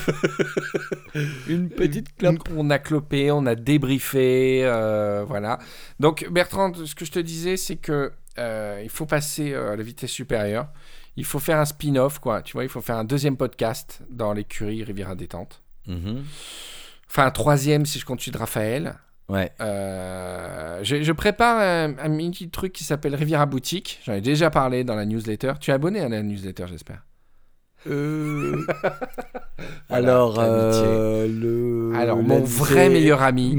Une petite clope. On a clopé, on a débriefé, euh, voilà. Donc, Bertrand, ce que je te disais, c'est que euh, il faut passer euh, à la vitesse supérieure. Il faut faire un spin-off, quoi. Tu vois, il faut faire un deuxième podcast dans l'écurie Riviera Détente. Mm-hmm. Enfin, un troisième si je compte celui de Raphaël. Ouais. Euh, je, je prépare un, un petit truc qui s'appelle Riviera Boutique. J'en ai déjà parlé dans la newsletter. Tu es abonné à la newsletter, j'espère. Euh... Voilà, Alors, l'amitié. euh, le... Alors, mon l'amitié- vrai meilleur ami,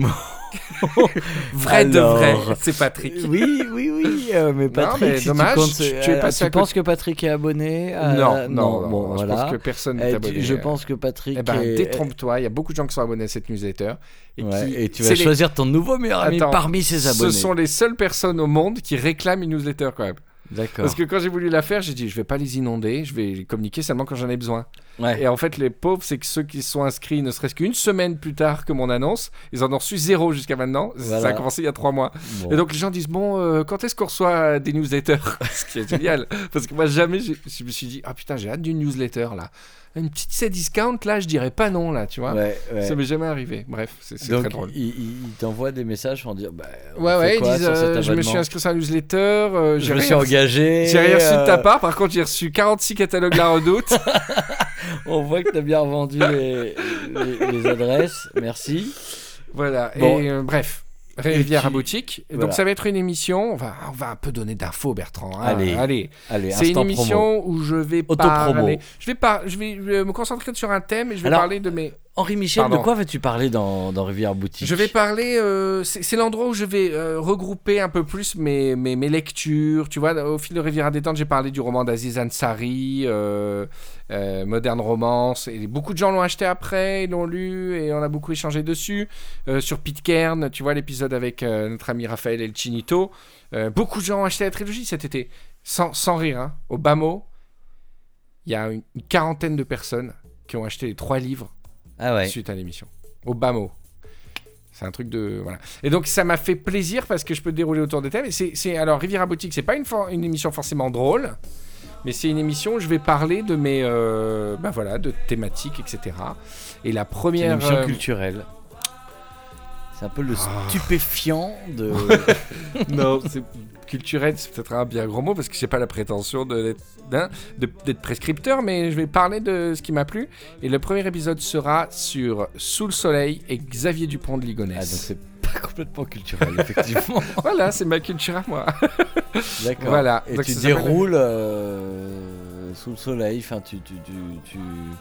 vrai de Alors- vrai, c'est Patrick. Oui, oui, oui. euh, mais Patrick, mais si dommage, tu, comptes, tu- tu es euh, passé tu à côté. penses que Patrick est abonné à- non, non, non, bon, non, je voilà. pense que personne Eh, n'est tu- abonné. je pense que Patrick Eh ben, est... détrompe-toi, il y a beaucoup de gens qui sont abonnés à cette newsletter. Et, Ouais, qui, et tu c'est vas les- choisir ton nouveau meilleur ami Attends, parmi ses abonnés. Ce sont les seules personnes au monde qui réclament une newsletter quand même. D'accord. Parce que quand j'ai voulu la faire, j'ai dit je vais pas les inonder, je vais les communiquer seulement quand j'en ai besoin. Ouais. Et en fait, les pauvres, c'est que ceux qui sont inscrits, ne serait-ce qu'une semaine plus tard que mon annonce, ils en ont reçu zéro jusqu'à maintenant. Ça Voilà. a commencé il y a trois mois. Bon. Et donc les gens disent bon, euh, quand est-ce qu'on reçoit des newsletters? Ce qui est génial. Parce que moi, jamais, j'ai- je me suis dit ah putain, j'ai hâte d'une newsletter là. Une petite set discount là, je dirais pas non là, tu vois. Ouais, ouais. Ça m'est jamais arrivé. Bref, c'est c'est Donc, très drôle. il, il- il t'envoie des messages pour dire bah, on Ouais, fait ouais, ils quoi disent sur cet euh, je me suis abonnement inscrit sur un newsletter, euh, Je j'ai me rien suis engagé. J'ai rien reçu de ta euh, part, par contre j'ai reçu quarante-six catalogues La Redoute. On voit que t'as bien revendu les, les, les adresses. Merci. Voilà, Bon. et euh, bref, Riviera tu- Boutique. Et voilà. Donc ça va être une émission, on va, on va un peu donner d'infos Bertrand. hein. Allez. Allez. Allez, C'est une instant émission promo. où je vais Auto-promo. parler... Je vais, par... je vais euh, me concentrer sur un thème et je vais Alors, parler de mes... Henri Michel, Pardon. de quoi vas-tu parler dans, dans Rivière Boutique? Je vais parler, euh, c'est c'est l'endroit où je vais euh, regrouper un peu plus mes, mes, mes lectures. Tu vois, au fil de Riviera Détente, j'ai parlé du roman d'Aziz Ansari, euh, euh, Moderne Romance. Et beaucoup de gens l'ont acheté après, ils l'ont lu et on a beaucoup échangé dessus. Euh, sur Pitcairn, tu vois, l'épisode avec euh, notre ami Raphaël El Chinito. Euh, beaucoup de gens ont acheté la trilogie cet été. Sans, sans rire, hein. Au Bamo, il y a une, une quarantaine de personnes qui ont acheté les trois livres Ah ouais. suite à l'émission. Au bas mot. C'est un truc de... Voilà. Et donc, ça m'a fait plaisir parce que je peux dérouler autour des thèmes. Et c'est, c'est, alors, Riviera Boutique, c'est pas une, for- une émission forcément drôle, mais c'est une émission où je vais parler de mes... Euh, bah voilà, de thématiques, et cetera. Et la C'est une première... émission euh, culturelle. C'est un peu le Ah. stupéfiant de... non, c'est culturel, c'est peut-être un bien gros mot parce que j'ai pas la prétention de, d'être, hein, de- d'être prescripteur, mais je vais parler de ce qui m'a plu. Et le premier épisode sera sur Sous le soleil et Xavier Dupont de Ligonnès. Ah, donc c'est pas complètement culturel, effectivement. Voilà, c'est ma culture à moi. D'accord. Voilà. Et Donc, tu ça s'appelle- déroules euh, sous le soleil, enfin tu... tu, tu, tu, tu,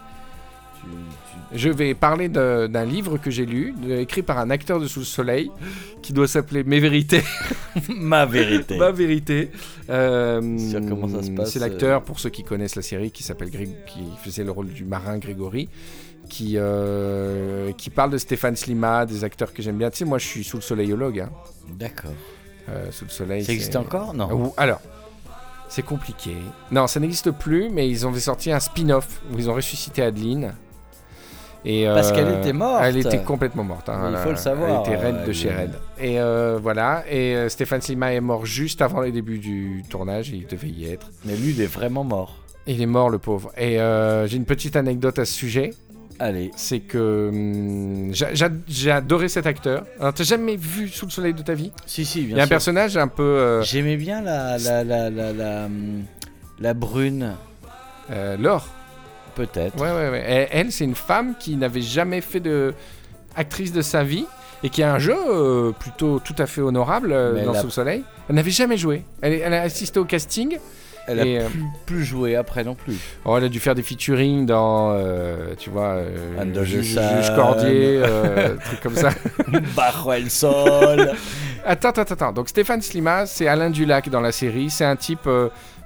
tu- Je vais parler de- d'un livre que j'ai lu, de- écrit par un acteur de Sous le soleil, qui doit s'appeler Mes vérités. Ma vérité. Ma vérité. Euh, Sur comment ça se passe, C'est l'acteur, pour ceux qui connaissent la série, qui s'appelle Gré- qui faisait le rôle du marin Grégory, qui, euh, qui parle de Stéphane Slima, des acteurs que j'aime bien. Tu sais, moi je suis Sous le soleilologue. Hein. D'accord. Euh, Sous le soleil. Ça existe c'est- encore? Non. Ou- alors, c'est compliqué. Non, ça n'existe plus, mais ils ont sorti un spin-off où ils ont ressuscité Adeline. Et, Parce euh, qu'elle était morte. Elle était complètement morte. hein, Il elle faut a- le savoir, Elle était reine euh, de chez elle- Red. Et euh, voilà. Et euh, Stéphane Slima est mort juste avant les débuts du tournage. Et il devait y être. Mais lui, il est vraiment mort. Il est mort, le pauvre. Et euh, j'ai une petite anecdote à ce sujet. Allez. C'est que hum, j'a- j'a- j'ai adoré cet acteur. Alors, t'as jamais vu Sous le soleil de ta vie? Si, si, Il bien y a un sûr. personnage un peu euh, J'aimais bien la, la, la, la, la, hum, la brune, euh, Laure. peut-être. Ouais, ouais, ouais. Et elle, c'est une femme qui n'avait jamais fait de actrice de sa vie et qui a un jeu euh, plutôt tout à fait honorable euh, Mais dans elle a- Sous le soleil. Elle n'avait jamais joué. Elle, elle a assisté au casting. Elle a et, euh, plus, plus joué après non plus. oh, elle a dû faire des featuring dans, euh, tu vois, euh, Anne de Juge Gesane. Juge Cordier, euh, trucs comme ça. Barro el sol. Attends, attends, attends. Donc Stéphane Slima, c'est Alain Dulac dans la série. C'est un type, euh,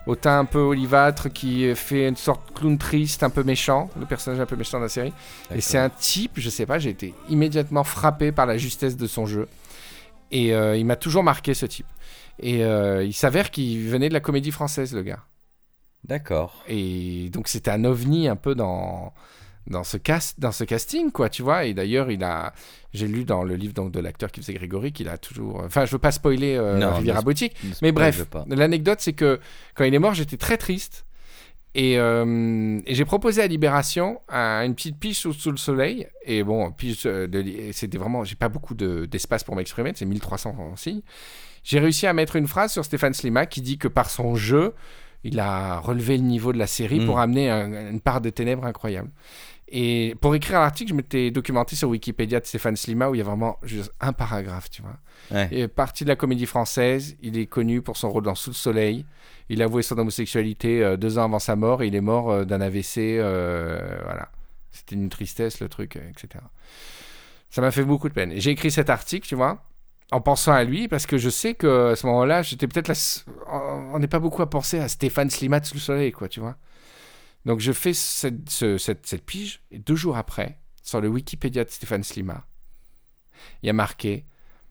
au teint un peu olivâtre, qui fait une sorte de clown triste, un peu méchant, le personnage un peu méchant de la série. D'accord. Et c'est un type, je sais pas, j'ai été immédiatement frappé par la justesse de son jeu. Et euh, il m'a toujours marqué, ce type. Et euh, il s'avère qu'il venait de la comédie française, le gars. D'accord. Et donc c'était un ovni un peu dans dans ce cast dans ce casting, quoi, tu vois. Et d'ailleurs, il a j'ai lu dans le livre donc de l'acteur qui faisait Grégory qu'il a toujours enfin je veux pas spoiler euh, Non, Riviera ne- Boutique, ne mais spoil bref, pas. l'anecdote c'est que quand il est mort, j'étais très triste. Et, euh, et j'ai proposé à Libération un- une petite pige sous, sous le soleil. Et bon, pige euh, de, li- c'était vraiment, j'ai pas beaucoup de, d'espace pour m'exprimer, c'est mille trois cents signes. J'ai réussi à mettre une phrase sur Stéphane Slima qui dit que par son jeu, il a relevé le niveau de la série Mm. pour amener un- une part de ténèbres incroyable. Et pour écrire l'article, je m'étais documenté sur Wikipédia de Stéphane Slima où il y a vraiment juste un paragraphe, tu vois. Ouais. Et parti de la comédie française, il est connu pour son rôle dans Sous le soleil. Il a avoué son homosexualité euh, deux ans avant sa mort et il est mort euh, d'un A V C. euh, voilà. C'était une tristesse, le truc, euh, et cetera. Ça m'a fait beaucoup de peine. Et j'ai écrit cet article, tu vois, en pensant à lui, parce que je sais qu'à ce moment-là, j'étais peut-être là. On n'est pas beaucoup à penser à Stéphane Slima de Sous le soleil, quoi, tu vois. Donc je fais cette, ce- cette, cette pige, et deux jours après, sur le Wikipédia de Stéphane Slima, il y a marqué,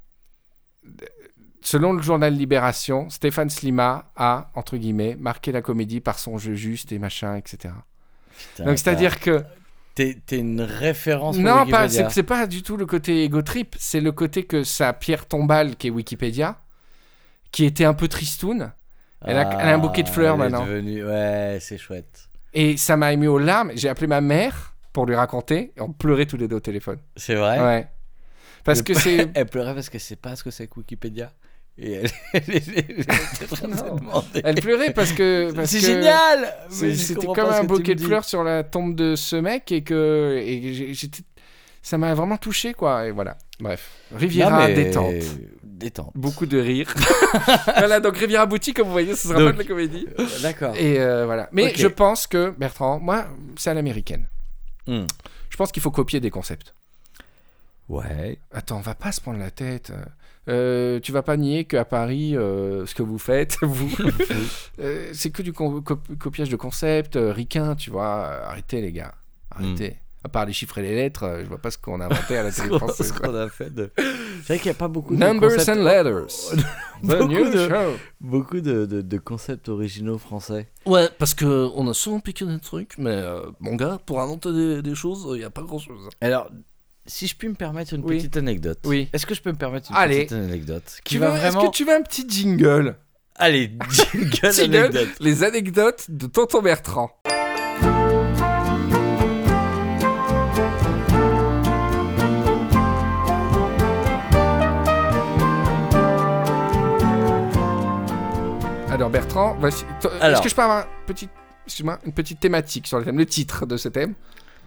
selon le journal Libération, Stéphane Slima a, entre guillemets, marqué la comédie par son jeu juste et machin, et cetera. Putain, Donc c'est-à-dire que... T'es, t'es une référence pour Non, pas, Wikipédia. c'est, c'est pas du tout le côté ego trip, c'est le côté que sa pierre tombale, qui est Wikipédia, qui était un peu tristoun, elle a, elle a un bouquet de fleurs elle est maintenant. devenue- Ouais, c'est chouette. Et ça m'a ému aux larmes. J'ai appelé ma mère pour lui raconter, et on pleurait tous les deux au téléphone. C'est vrai. Ouais. Parce Le- que c'est... Elle pleurait parce qu'elle sait pas ce que c'est que Wikipédia. Et elle, elle, elle- elle était en train de se Non. demander. Elle pleurait parce que... parce C'est que génial. c'est- Mais je C'était comprends comme pas ce un que tu bouquet me de dis. fleurs sur la tombe de ce mec et que et j'ai- j'étais... ça m'a vraiment touché, quoi. Et voilà. Bref. Riviera Non, mais- détente. Détente. Beaucoup de rire. Voilà, donc Riviera Boutique, comme vous voyez, ce sera Donc- pas de la comédie. Euh, D'accord. Et euh, voilà. Mais Ok. je pense que, Bertrand, moi, c'est à l'américaine. Hmm. Je pense qu'il faut copier des concepts. Ouais. Attends, on va pas se prendre la tête. Euh, tu vas pas nier qu'à Paris, euh, ce que vous faites, vous, euh, c'est que du co- co- copiage de concepts, euh, ricain, tu vois. Euh, Arrêtez, les gars. Arrêtez. À part les chiffres et les lettres, euh, je vois pas ce qu'on a inventé à la Ce télé qu'on- française. ce qu'on a fait de. C'est vrai qu'il n'y a pas beaucoup de Numbers concepts. and letters. The Beaucoup new de- show. Beaucoup de, de, de concepts originaux français. Ouais, parce que on a souvent piqué des trucs, mais euh, mon gars, pour inventer des, des choses, il n'y a pas grand chose. Alors, si je puis me permettre une Oui. petite anecdote. Oui. Est-ce que je peux me permettre une Allez. petite anecdote qui Tu va veux- Est-ce vraiment. que tu veux un petit jingle? Allez, jingle Jingle, anecdote. les anecdotes de Tonton Bertrand. Alors Bertrand, voici- t- est-ce Alors. que je peux avoir un petit, excuse-moi, une petite thématique sur le thème, le titre de ce thème?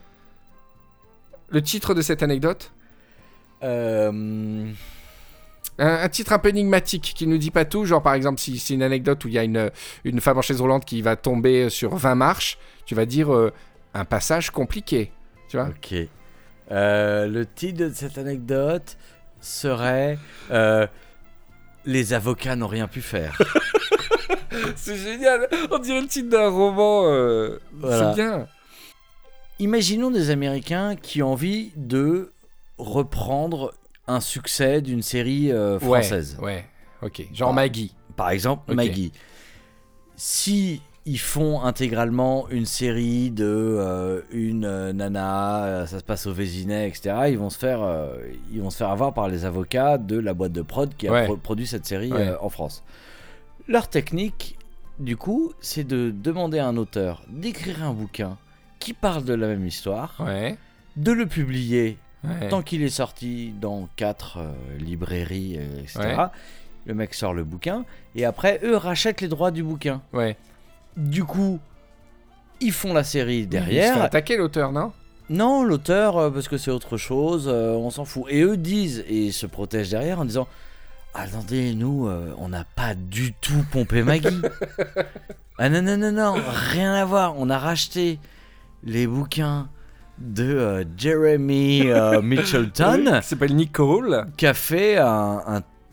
Le titre de cette anecdote? Euh, Un, un titre un peu énigmatique qui nous dit pas tout, genre par exemple si c'est une anecdote où il y a une, une femme en chaise roulante qui va tomber sur vingt marches, tu vas dire euh, un passage compliqué, tu vois. Ok. Euh, le titre de cette anecdote serait euh, Les avocats n'ont rien pu faire. C'est génial, on dirait le titre d'un roman, euh, Voilà. c'est bien. Imaginons des Américains qui ont envie de reprendre un succès d'une série euh, française. Ouais, ouais, ok, genre Ah. Maggie. Par exemple, Ok. Maggie. Si ils font intégralement une série de euh, une euh, nana, euh, ça se passe au Vésinet, et cetera. Ils vont se faire, euh, ils vont se faire avoir par les avocats de la boîte de prod qui a Ouais. pro- produit cette série Ouais. euh, en France. Leur technique, du coup, c'est de demander à un auteur d'écrire un bouquin qui parle de la même histoire, Ouais, de le publier ouais. tant qu'il est sorti dans quatre euh, librairies, euh, et cetera. Le mec sort le bouquin et après eux rachètent les droits du bouquin. ouais. Du coup, ils font la série Il se fait derrière. attaquer l'auteur, non? Non, l'auteur, euh, parce que c'est autre chose, euh, on s'en fout. Et eux disent, et ils se protègent derrière en disant attendez, nous, euh, on n'a pas du tout pompé Maggie. Ah non, non, non, non, rien à voir. On a racheté les bouquins de euh, Jeremy euh, Mitchelton, Oui, qui s'appelle Nicole. qui a fait un, un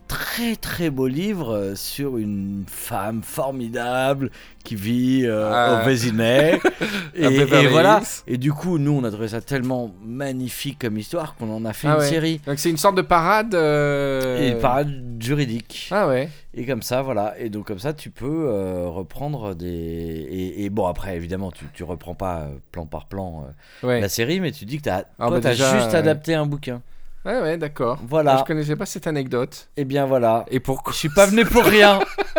très très beau livre euh, sur une femme formidable qui vit euh, Ah. au Vésinet. et, À Beverly et voilà. Hills. Et du coup, nous, on a trouvé ça tellement magnifique comme histoire qu'on en a fait Ah une ouais. série. Donc c'est une sorte de parade. euh, Et une parade juridique. Ah ouais. Et comme ça, voilà. Et donc comme ça, tu peux euh, reprendre des... Et, et bon, après, évidemment, tu, tu reprends pas euh, plan par plan euh, Ouais. la série, mais tu dis que t'as, Ah, toi, bah t'as déjà, juste euh, adapté un bouquin. Ouais, ouais, d'accord. Voilà. Je connaissais pas cette anecdote. Et bien voilà. Et pourquoi Je suis pas venu pour rien.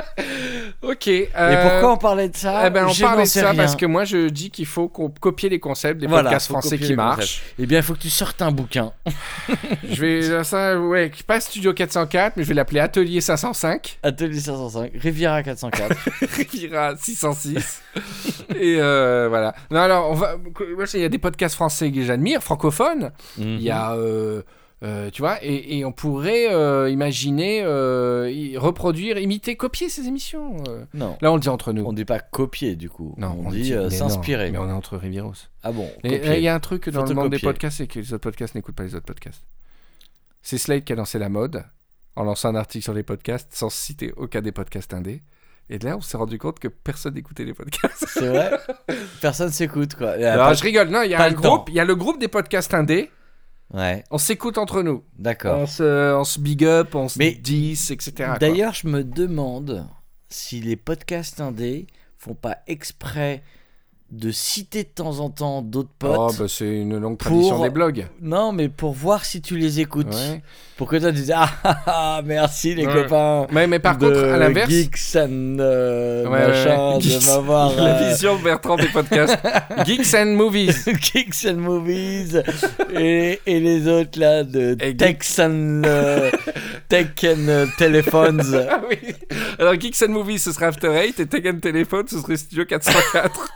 Ok. Et euh, pourquoi on parlait de ça Eh ben, on Je parlait n'en de sais ça rien. parce que moi je dis qu'il faut qu'on copie les concepts des Voilà, podcasts faut français copier qui les marchent. Eh bien, il faut que tu sortes un bouquin. Je vais ça, ouais, pas Studio quatre cent quatre, mais je vais l'appeler Atelier cinq cent cinq, Atelier cinq cent cinq, Riviera quatre cent quatre. Riviera six cent six. Et euh, voilà. Non, alors, on va. Moi, il y a des podcasts français que j'admire, francophones. Il y a. euh, euh, tu vois, et, et on pourrait euh, imaginer euh, y- reproduire, imiter, copier ces émissions. euh. Non. Là, on le dit entre nous. On dit pas copier du coup. Non, on, dit euh, mais s'inspirer. non, mais on est entre Rivieros. Ah bon. Et Copier. il y a un truc dans le monde des Photocopier. podcasts, c'est que les autres podcasts n'écoutent pas les autres podcasts. C'est Slate qui a lancé la mode en lançant un article sur les podcasts sans citer aucun des podcasts indés. Et là, on s'est rendu compte que personne n'écoutait les podcasts. C'est vrai. Personne s'écoute quoi. Et Non, après- je rigole. Non, il y a pas un le groupe. temps. Il y a le groupe des podcasts indés. Ouais. On s'écoute entre nous. D'accord. On se, on se big up, on se Mais dit, et cetera quoi. D'ailleurs, je me demande si les podcasts indés font pas exprès de citer de temps en temps d'autres potes. Oh, bah, c'est une longue tradition pour- des blogs. Non, mais pour voir si tu les écoutes. Ouais. Pour que toi tu dises ah, ah, ah merci les Ouais. copains. Mais, mais par de contre, à l'inverse. Geeks and euh, Ouais, machin, ouais. de Geeks- m'avoir. La euh, vision Bertrand des podcasts. Geeks and Movies. Geeks and Movies et, et les autres là de Et Tech and euh, Tech and euh, Telephones. Ah oui. Alors Geeks and Movies ce serait After Eight et Tech and Telephone ce serait Studio quatre cent quatre.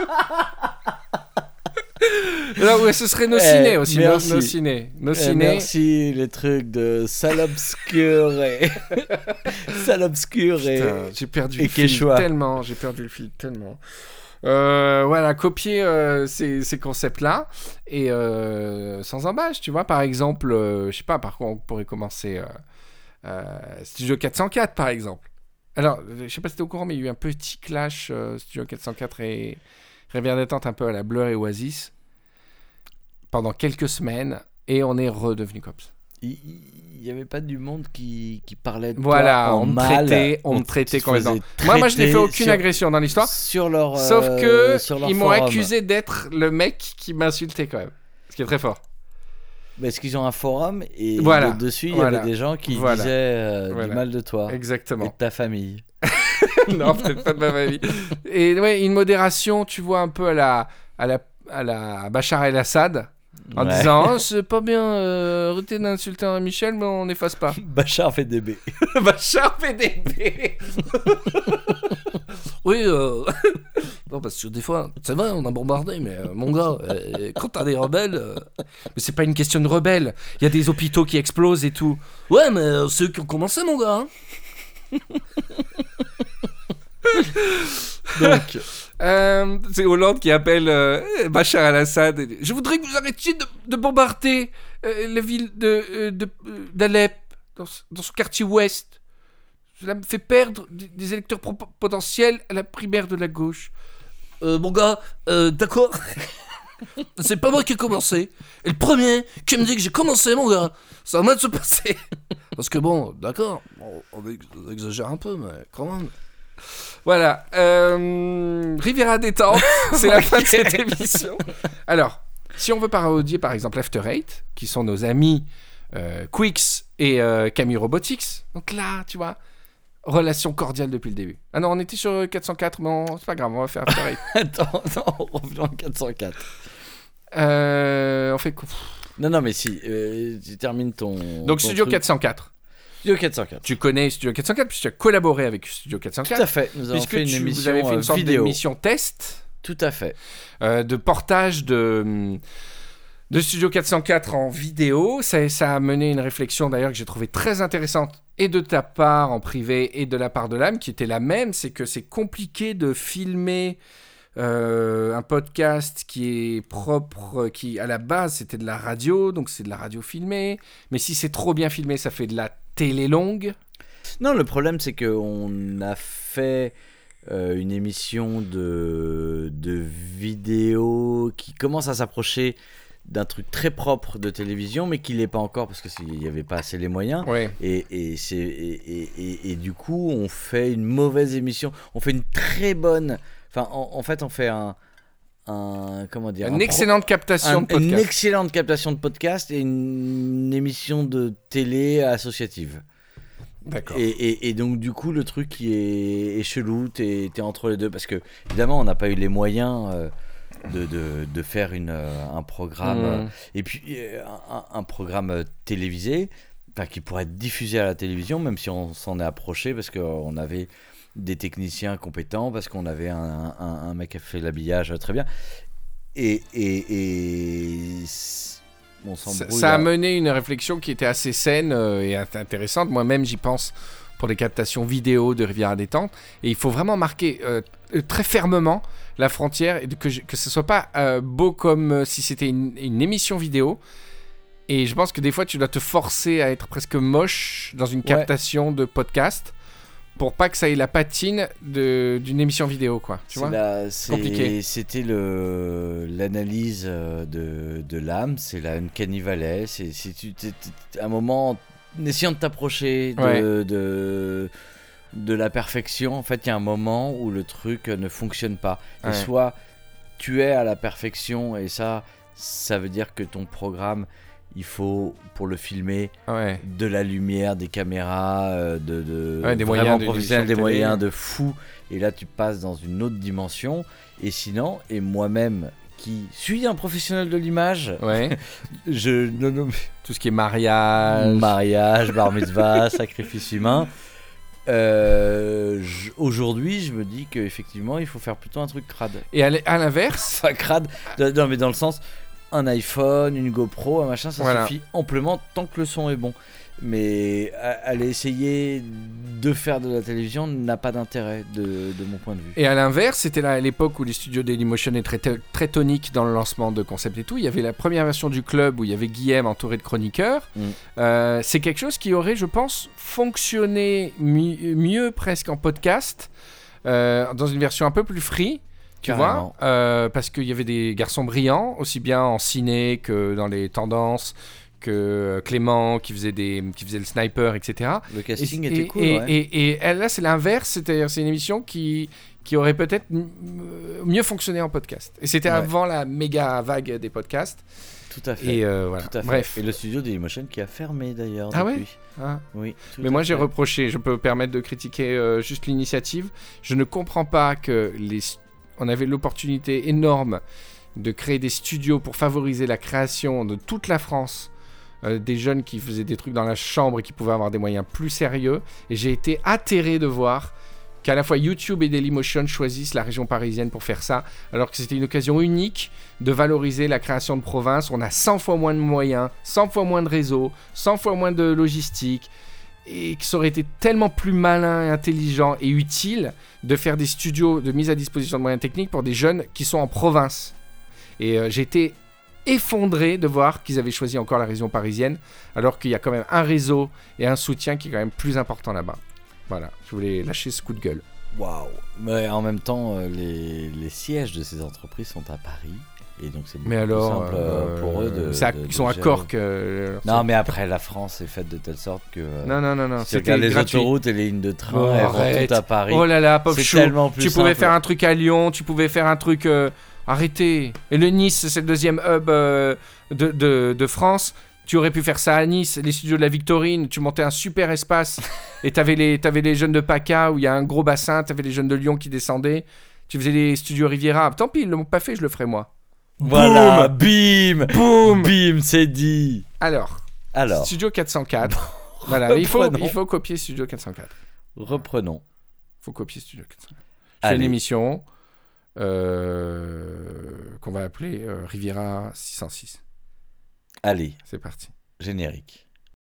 Alors ouais, ce serait nos Eh, ciné aussi, nos, merci. nos ciné, nos Eh, ciné. merci les trucs de salle obscure et salle obscure et Putain, j'ai perdu et le fil Quechua. tellement, j'ai perdu le fil tellement. Euh, voilà, copier euh, ces, ces concepts-là et euh, sans embâche, tu vois. Par exemple, euh, je sais pas, par quoi on pourrait commencer euh, euh, Studio quatre cent quatre, par exemple. Alors, je sais pas si t'es au courant, mais il y a eu un petit clash euh, Studio quatre cent quatre et Rivière Détente un peu à la Blur et Oasis pendant quelques semaines et on est redevenu cops. il il y avait pas du monde qui, qui parlait de Voilà, toi en on me mal. traitait, on me traitait se complètement. faisait Moi, moi, je n'ai fait traiter aucune sur- agression dans l'histoire. sur leur euh, Sauf que sur leur ils m'ont forum. accusé d'être le mec qui m'insultait quand même. Ce qui est très fort. Parce qu'ils ont un forum et Voilà, de- dessus il y voilà, avait des gens qui voilà, disaient euh, voilà. du mal de toi et Exactement. de ta famille. Non, peut-être pas de ma famille. Et ouais, une modération, tu vois, un peu à la, à la, à la Bachar el-Assad. En Ouais. disant, oh, c'est pas bien, euh, arrêtez d'insulter un Michel, mais on n'efface pas. Bachar fait des B. Bachar P D B. Oui, euh... non, parce que des fois, c'est vrai, on a bombardé, mais euh, mon gars, euh, quand t'as des rebelles. euh, Mais c'est pas une question de rebelle. Il y a des hôpitaux qui explosent et tout. Ouais, mais euh, c'est eux qui ont commencé, mon gars. hein. Donc Euh, c'est Hollande qui appelle euh, Bachar el-Assad. et dit, je voudrais que vous arrêtiez de, de bombarder euh, la ville de, euh, de, euh, d'Alep, dans, ce- dans son quartier ouest. Cela me fait perdre des, des électeurs pro- potentiels à la primaire de la gauche. Euh, mon gars, euh, d'accord. C'est pas moi qui ai commencé. Et le premier qui me dit que j'ai commencé, mon gars, ça va mal se passer. Parce que bon, d'accord, on, on ex- on exagère un peu, mais quand même. Voilà. Euh, Riviera Détente, c'est la fin de cette émission. Alors, si on veut parodier par exemple After Eight, qui sont nos amis euh, Quix et euh, Camille Robotics, donc là, tu vois, relation cordiale depuis le début. Ah non, on était sur quatre cent quatre, mais on- c'est pas grave, on va faire After Eight. attends, non, revenons à quatre cent quatre. Euh, on fait quoi? Non non mais si euh, tu termines ton Donc ton Studio truc. quatre cent quatre. Studio quatre cent quatre. Tu connais Studio quatre cent quatre puisque tu as collaboré avec Studio quatre cent Tout quatre. à fait. Nous avons Puisque fait une tu, vous émission avez fait une euh, sorte vidéo. d'émission test. Tout à fait. euh, de portage de, de Studio quatre cent quatre en vidéo. Ça, ça a mené une réflexion d'ailleurs que j'ai trouvée très intéressante et de ta part en privé et de la part de l'âme qui était la même, c'est que c'est compliqué de filmer euh, un podcast qui est propre, qui à la base c'était de la radio, donc c'est de la radio filmée, mais si c'est trop bien filmé, ça fait de la télé longue. Non, le problème, c'est qu'on a fait euh, une émission de, de vidéo qui commence à s'approcher d'un truc très propre de télévision, mais qui l'est pas encore parce qu'il n'y avait pas assez les moyens. Ouais. Et, et, c'est, et, et, et, et du coup, on fait une mauvaise émission. On fait une très bonne... Enfin, en, en fait, on fait un... un comment dire Une un pro- excellente captation un- de podcast. Une excellente captation de podcast et une émission de télé associative. D'accord. Et, et, et donc du coup le truc qui est, est chelou, t'es, t'es entre les deux parce que évidemment on n'a pas eu les moyens euh, de, de, de faire une, euh, un programme Mmh. euh, et puis euh, un, un programme euh, télévisé, enfin, qui pourrait être diffusé à la télévision même si on s'en est approché parce qu'on avait des techniciens compétents, parce qu'on avait un, un, un mec qui a fait l'habillage très bien et, et, et on Ça, s'embrouille ça a là. mené une réflexion qui était assez saine euh, et int- intéressante. Moi-même, j'y pense pour les captations vidéo de Rivière à détente. Et il faut vraiment marquer euh, euh, très fermement la frontière et de- que, je- que ce soit pas euh, beau comme euh, si c'était une, une émission vidéo. Et je pense que des fois, tu dois te forcer à être presque moche dans une captation de podcast pour pas que ça ait la patine de, d'une émission vidéo, quoi. Tu C'est vois la- c'est- Compliqué. C'était le, l'analyse euh, de, de l'âme, c'est la Uncanny Valley. C'est, c'est tu, t'es- t'es- à un moment, en essayant de t'approcher de, Ouais. de, de la perfection, en fait, il y a un moment où le truc ne fonctionne pas. Et Ouais. soit tu es à la perfection, et ça, ça veut dire que ton programme, il faut, pour le filmer, Ouais. de la lumière, des caméras, euh, de, de Ouais, des vraiment moyens de- professionnels, des d'émission de télé. moyens de fou. Et là, tu passes dans une autre dimension. Et sinon, et moi-même, qui suis un professionnel de l'image, Ouais. je non, non, Tout ce qui est mariage. mariage, bar mitzvah, sacrifice humain. euh, je- aujourd'hui, je me dis qu'effectivement, il faut faire plutôt un truc crade. Et à l- à l'inverse, Enfin, crade, de- non, mais dans le sens, un iPhone, une GoPro, un machin, ça Voilà. suffit amplement tant que le son est bon. Mais a- aller essayer de faire de la télévision n'a pas d'intérêt de, de mon point de vue. et à l'inverse, c'était là à l'époque où les studios Dailymotion étaient très, très toniques dans le lancement de concept et tout. Il y avait la première version du club où il y avait Guillaume entouré de chroniqueurs. Mm. Euh, c'est quelque chose qui aurait, je pense, fonctionné mi- mieux presque en podcast, euh, dans une version un peu plus free. Tu Carrément. vois, euh, parce qu'il y avait des garçons brillants, aussi bien en ciné que dans les tendances, que Clément qui faisait, des, qui faisait le sniper, et cetera. Le casting et, était et- cool. et, ouais. et- et elle, là, c'est l'inverse, c'est-à-dire c'est une émission qui, qui aurait peut-être m- mieux fonctionné en podcast. Et c'était Ouais. avant la méga vague des podcasts. Tout à fait. Et euh, voilà. Tout à fait. Bref. Et le studio Dailymotion qui a fermé d'ailleurs. Ah ouais depuis. Hein. Oui. tout Mais à moi, j'ai fait. reproché, je peux me permettre de critiquer euh, juste l'initiative. Je ne comprends pas que les, on avait l'opportunité énorme de créer des studios pour favoriser la création de toute la France, euh, des jeunes qui faisaient des trucs dans la chambre et qui pouvaient avoir des moyens plus sérieux. Et j'ai été atterré de voir qu'à la fois YouTube et Dailymotion choisissent la région parisienne pour faire ça, alors que c'était une occasion unique de valoriser la création de province. On a cent fois moins de moyens, cent fois moins de réseaux, cent fois moins de logistique, et que ça aurait été tellement plus malin, et intelligent et utile de faire des studios de mise à disposition de moyens techniques pour des jeunes qui sont en province. Et euh, j'ai été effondré de voir qu'ils avaient choisi encore la région parisienne, alors qu'il y a quand même un réseau et un soutien qui est quand même plus important là-bas. Voilà, je voulais lâcher ce coup de gueule. Waouh. Mais en même temps, euh, les, les sièges de ces entreprises sont à Paris. Et donc c'est beaucoup Mais plus alors, simple euh, pour eux de. c'est à- de- ils de sont à gérer. Cork. euh, Non, mais après, la France est faite de telle sorte que. euh, non, non, non, non, si tu c'était regardes les gratuit. autoroutes et les lignes de train, Oh, elles vont arrête. toutes à Paris. Oh là là, pauvre c'est chou. tellement plus Tu pouvais simple. faire un truc à Lyon, tu pouvais faire un truc. euh, Arrêtez. Et le Nice, c'est le deuxième hub euh, de, de, de France. Tu aurais pu faire ça à Nice, les studios de la Victorine. Tu montais un super espace. Et t'avais les, t'avais les jeunes de PACA où il y a un gros bassin. T'avais les jeunes de Lyon qui descendaient. Tu faisais les studios Riviera. Tant pis, ils l'ont pas fait, je le ferai moi. Voilà, bim, Boum. bim, c'est dit. Alors, Alors, Studio quatre cent quatre. Voilà, il faut, reprenons. il faut copier Studio quatre cent quatre. reprenons. Il faut copier Studio quatre cent quatre. Je fais une Allez. émission euh, qu'on va appeler euh, Riviera six cent six. Allez, C'est parti. générique.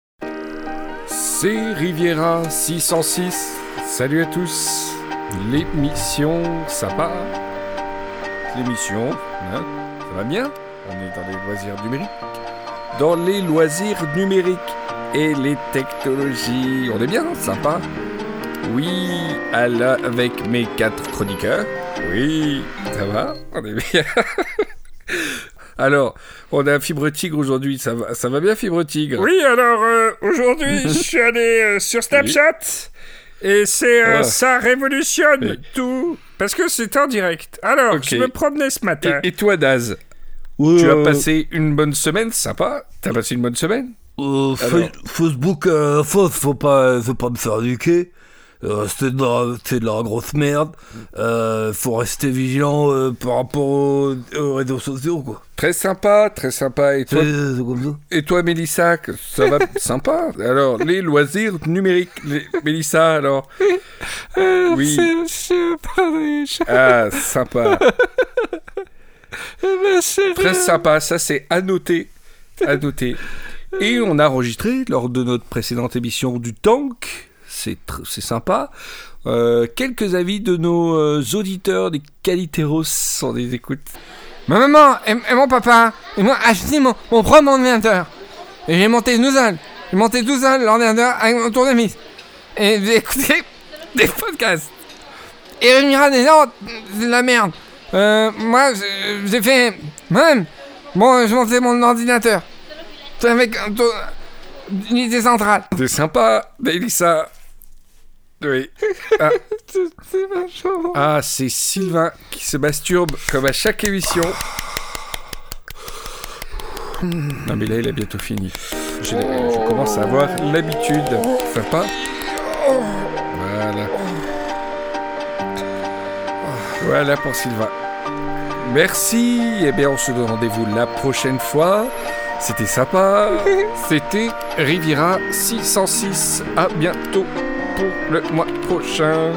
C'est Riviera six cent six. Salut à tous. L'émission, ça part. L'émission, hein, ça va bien. On est dans les loisirs numériques. Dans les loisirs numériques. et les technologies. On est bien, sympa. Oui, à la- avec mes quatre chroniqueurs. Oui, ça va, on est bien. Alors, on a Fibre Tigre aujourd'hui, ça va, ça va bien Fibre Tigre? Oui, alors euh, aujourd'hui, je suis allé euh, sur Snapchat et c'est euh, Ah. ça révolutionne Oui. tout parce que c'est en direct. Alors, Ok. je me promenais ce matin. Et, et toi, Daz, Ouais, tu as euh, passé une bonne semaine, sympa? T'as passé une bonne semaine? euh, Alors. Fa- Facebook, euh, faut, faut pas, faut pas me faire duquer. Euh, c'est de la, c'est de la grosse merde. Euh, faut rester vigilant euh, par rapport aux, aux réseaux sociaux, quoi. Très sympa, très sympa. Et toi, C'est c'est comme ça. et toi Mélissa, que- ça va sympa? Alors, les loisirs numériques, les- Mélissa, alors? Oui. Ah, sympa. Très sympa, ça c'est à noter. À noter. Et on a enregistré lors de notre précédente émission du Tank. C'est, tr- c'est sympa. Euh, quelques avis de nos euh, auditeurs des Caliteros on les écoute. Ma maman et, et mon papa, ils m'ont acheté mon, mon propre ordinateur. Et j'ai monté tout seul. J'ai monté tout seul l'ordinateur avec mon tournevis. Et j'ai écouté des podcasts. Et Rémira des gens, c'est de la merde. Euh, moi, j'ai- j'ai fait... Même, bon, je montais mon ordinateur. C'est avec un tour- une unité centrale. C'est sympa, Mélissa. Oui. Ah. Ah, c'est Sylvain qui se masturbe comme à chaque émission. Non mais là il a bientôt fini. Je, je commence à avoir l'habitude. Sympa. Voilà. Voilà pour Sylvain. Merci. Eh bien on se donne rendez-vous la prochaine fois. C'était sympa. C'était Riviera six cent six. À bientôt pour le mois prochain.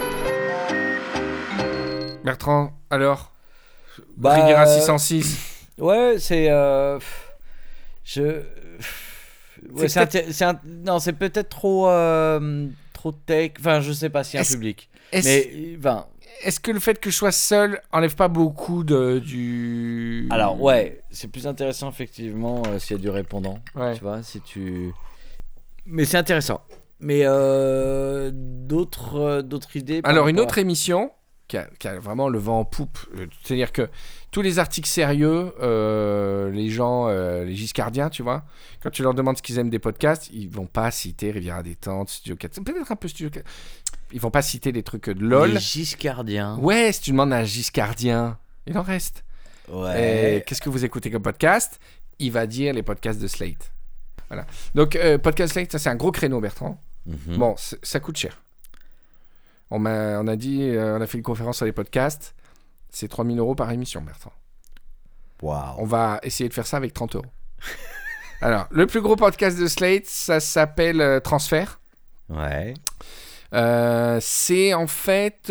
Bertrand, alors Bah, Riviera six cent six. Ouais, c'est. euh, pff, Je. pff, Ouais, C'est c'est inté- c'est un- Non, c'est peut-être trop. euh, Trop tech. Enfin, je sais pas s'il y a un Est-ce- public. Est-ce Mais. Enfin. est-ce que le fait que je sois seul enlève pas beaucoup de, du... Alors, ouais, c'est plus intéressant, effectivement, euh, s'il y a du répondant. Ouais. Tu vois, si tu. Mais c'est intéressant. Mais euh, d'autres, euh, d'autres idées. par Alors, une rapport autre émission qui a, qui a vraiment le vent en poupe, euh, c'est-à-dire que tous les articles sérieux, euh, les gens, euh, les giscardiens, tu vois, quand tu leur demandes ce qu'ils aiment des podcasts, ils vont pas citer Riviera Détente, Studio quatre, peut-être un peu Studio quatre, ils vont pas citer des trucs de à- LOL. Les Giscardiens. Ouais, si tu demandes à un giscardien, il en reste. Et Ouais. qu'est-ce que vous écoutez comme podcast? Il va dire les podcasts de Slate. Voilà. Donc, euh, podcast Slate, ça c'est un gros créneau, Bertrand. Mhm. Bon, c- ça coûte cher. On, m'a, on a dit, euh, on a fait une conférence sur les podcasts. C'est trois mille euros par émission, Bertrand. Waouh. On va essayer de faire ça avec trente euros. Alors, le plus gros podcast de Slate, ça s'appelle euh, Transfert. Ouais. Euh, c'est en fait...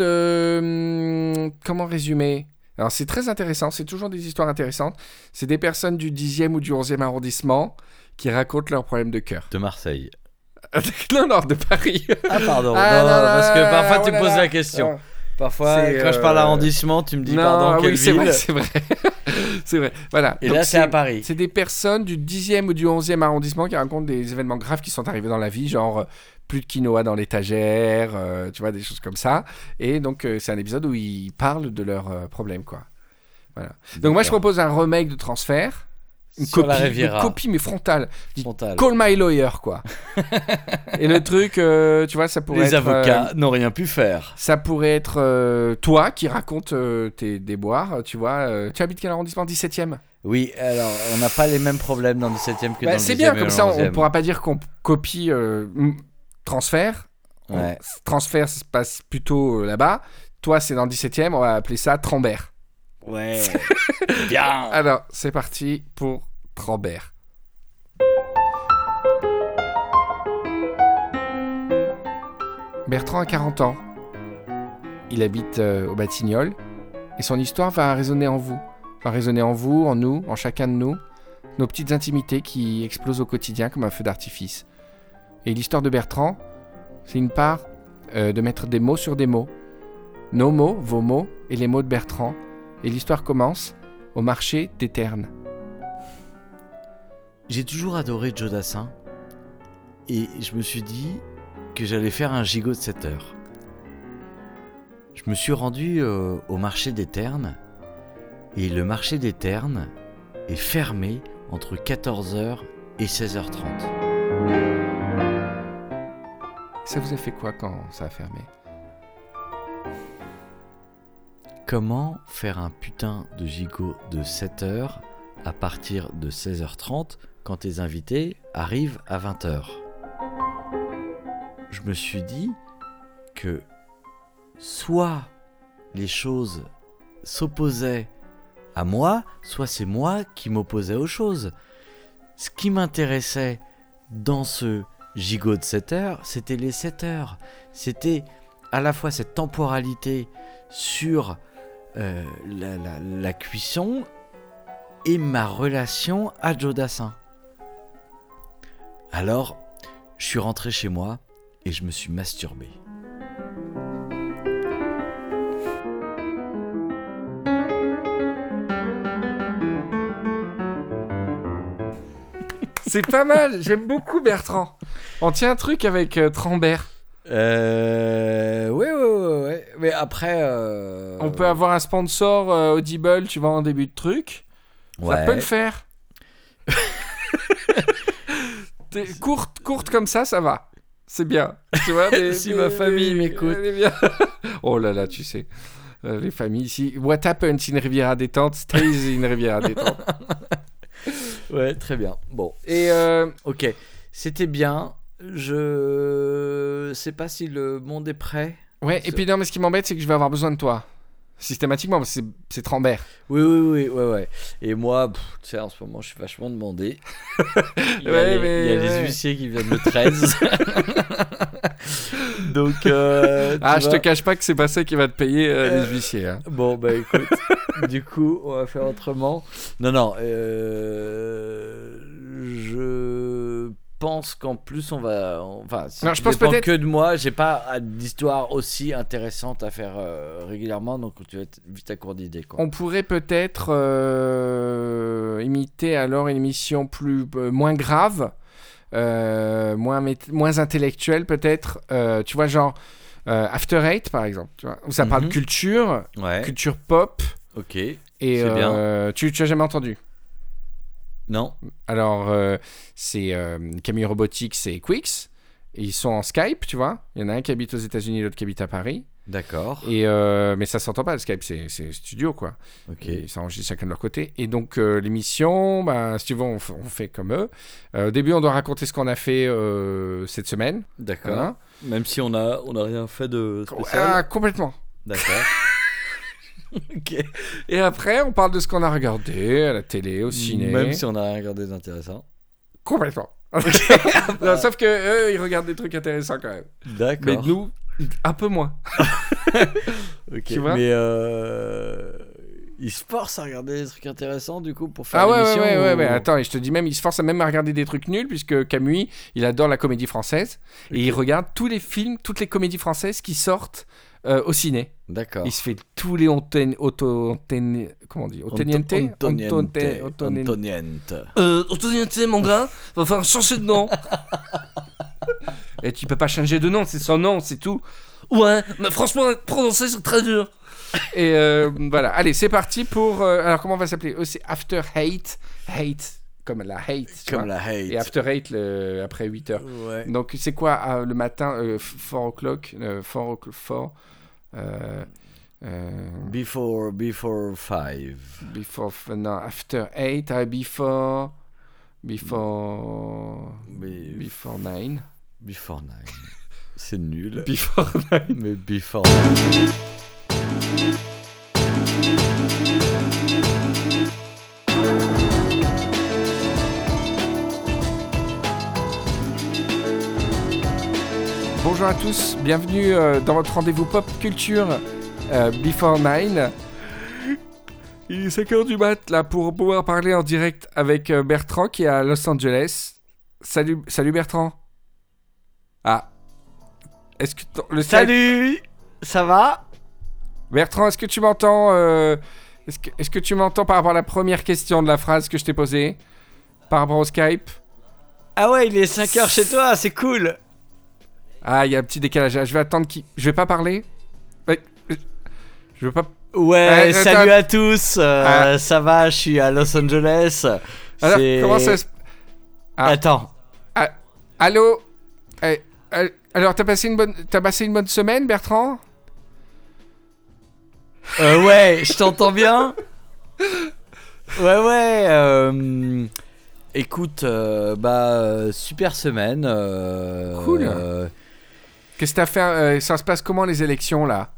euh, comment résumer? Alors, c'est très intéressant. C'est toujours des histoires intéressantes. C'est des personnes du dixième ou du onzième arrondissement qui racontent leurs problèmes de cœur. De Marseille. non, non, de Paris. Ah, pardon. Ah, non, non, non, parce que non, parfois oh tu là poses là. la question. Non. Parfois, C'est, quand je euh, parle arrondissement, tu me dis Non, pardon, oui, quelle c'est ville. vrai, c'est vrai. c'est vrai. Voilà. Et Donc, là, c'est à Paris. C'est des personnes du dixième ou du onzième arrondissement qui racontent des événements graves qui sont arrivés dans la vie, genre euh, plus de quinoa dans l'étagère, euh, tu vois, des choses comme ça. Et donc, euh, c'est un épisode où ils parlent de leurs euh, problèmes, quoi. Voilà. Donc, moi, je propose un remake de Transfert. Une Sur la copie, Riviera. une copie, mais frontale. Je dis, Frontale. Call my lawyer, quoi. Et le truc, euh, tu vois, ça pourrait Les être... euh, avocats n'ont rien pu faire. ça pourrait être euh, toi qui raconte euh, tes déboires, tu vois. euh, tu habites quel arrondissement? dix-septième. Oui, alors, on n'a pas les mêmes problèmes dans le dix-septième que Bah, dans le c'est bien, dixième et comme le ça, on- on onzième. pourra pas dire qu'on copie euh, m- transfert. On- Ouais. transfert, ça se passe plutôt euh, là-bas. Toi, c'est dans le dix-septième, on va appeler ça Trambert. Ouais. Bien. Alors, c'est parti pour Trambert. Bertrand a quarante ans. Il habite euh, au Batignolles. Et son histoire va résonner en vous. Va résonner en vous, en nous, en chacun de nous. Nos petites intimités qui explosent au quotidien comme un feu d'artifice. Et l'histoire de Bertrand, c'est une part euh, de mettre des mots sur des mots. Nos mots, vos mots, et les mots de Bertrand. Et l'histoire commence au marché des Ternes. J'ai toujours adoré Joe Dassin. Et je me suis dit que j'allais faire un gigot de sept heures. Je me suis rendu euh, au marché des Ternes. Et le marché des Ternes est fermé entre quatorze heures et seize heures trente. Ça vous a fait quoi quand ça a fermé? Comment faire un putain de gigot de sept heures à partir de seize heures trente quand tes invités arrivent à vingt heures? Je me suis dit que soit les choses s'opposaient à moi, soit c'est moi qui m'opposais aux choses. Ce qui m'intéressait dans ce gigot de sept heures, c'était les sept heures. C'était à la fois cette temporalité sur euh, la, la, la cuisson et ma relation à Joe Dassin. Alors, je suis rentré chez moi et je me suis masturbé. C'est pas mal, j'aime beaucoup Bertrand. On tient un truc avec euh, Trambert. Euh... Ouais, ouais, ouais, ouais. Mais après... Euh... On peut avoir un sponsor euh, Audible, tu vois, en début de truc. Ouais. Ça peut le faire. T'es courte, courte comme ça, ça va. C'est bien. Tu vois, mais, Si ma famille m'écoute. elle est bien. Oh là là, tu sais. Euh, les familles ici. What happens in Riviera détente stays in Riviera détente. Ouais, très bien. Bon, Et euh, ok. C'était bien. Je sais pas si le monde est prêt. ouais, et puis non, mais ce qui m'embête, c'est que je vais avoir besoin de toi. Systématiquement, parce que c'est, c'est Trambert. Oui, oui, oui, ouais, ouais. Et moi, pff, tu sais, en ce moment, je suis vachement demandé. Il y a, Ouais, les, mais- il y a les ouais. huissiers qui viennent le treize. Donc, euh, Ah, tu je te vois. cache pas que c'est pas ça qui va te payer euh, Euh, les huissiers. Hein. Bon, bah écoute, du coup, on va faire autrement. Non, non, euh, je pense qu'en plus, on va. Enfin, si Non, tu je pense dépends peut-être- que de moi, j'ai pas d'histoire aussi intéressante à faire euh, régulièrement, donc tu vas être vite à court d'idées, quoi. On pourrait peut-être euh, imiter alors une émission plus, euh, moins grave, euh, moins, mét- moins intellectuelle peut-être. Euh, tu vois, genre euh, After Eight par exemple, tu vois, où ça parle Mhm. culture, Ouais, culture pop. ok. Et C'est bien. euh, tu, tu as jamais entendu? Non, Alors, euh, c'est euh, Camille Robotics et Quix. Et ils sont en Skype, tu vois. Il y en a un qui habite aux États-Unis, l'autre qui habite à Paris. d'accord. Et euh, mais ça s'entend pas, le Skype, c'est, c'est studio, quoi. Ok. Et ils s'enregistrent chacun de leur côté. Et donc, euh, l'émission, bah, si tu veux, on, f- on fait comme eux. Euh, au début, on doit raconter ce qu'on a fait euh, cette semaine. D'accord. Voilà. Même si on a, on a rien fait de spécial. Ah, complètement. D'accord. Ok. Et après, on parle de ce qu'on a regardé à la télé, au ciné. Même si on a rien regardé d'intéressant. Complètement. Non, sauf que eux, ils regardent des trucs intéressants quand même. D'accord. Mais nous, un peu moins. Ok, Tu vois mais euh... ils se forcent à regarder des trucs intéressants du coup pour faire Ah ouais, ouais, l'émission ouais, ouais, ou- ouais. Attends, et je te dis même, il se force à même à regarder des trucs nuls, puisque Camus, il adore la comédie française. Et il regarde tous les films, toutes les comédies françaises qui sortent euh, au ciné. D'accord. Il se fait tous les onten, auto, onten, comment on dit, oteniente, Antoniente. Ontonte- Ontonen- Antoniente. Euh, Antoniente, mon gars, va falloir changer de nom. Et tu peux pas changer de nom, c'est son nom, c'est tout. Ouais, mais franchement, prononcer, c'est très dur. Et euh, voilà, allez, c'est parti pour. euh, alors, comment on va s'appeler? Euh, C'est After Hate. Hate, comme la hate. tu Comme vois. la hate. Et After Hate le- après huit heures. Ouais. Donc, c'est quoi euh, le matin, euh, four o'clock, euh, four o'clock, four, euh, euh, Before, before five. before, f- non, after eight, uh, before, before, Mais- before nine. Before nine. C'est nul. Before nine. Mais before nine. Bonjour à tous, bienvenue euh, dans votre rendez-vous pop culture euh, Before Nine. Il est cinq heures du mat là pour pouvoir parler en direct avec euh, Bertrand qui est à Los Angeles. Salut, salut Bertrand. Ah. Est-ce que ton- le Skype- Salut. Ça va? Bertrand, est-ce que tu m'entends euh, est-ce que, est-ce que tu m'entends par rapport à la première question de la phrase que je t'ai posée par rapport au Skype? Ah ouais, il est cinq heures chez toi, c'est cool. Ah, il y a un petit décalage. Je vais attendre qui. Je vais pas parler. Ouais, Je veux pas. Ouais, Euh, salut t'as- à tous. euh, Ah. Ça va, je suis à Los Angeles. Alors, C'est- comment ça se. Ah. Attends. Allô Eh, euh, Alors, t'as passé une bonne, t'as passé une bonne semaine, Bertrand? Euh, ouais, je t'entends bien. Ouais, ouais. euh, Écoute, euh, bah, euh, super semaine. euh, Cool. euh, Qu'est-ce que t'as fait euh, Ça se passe comment les élections là?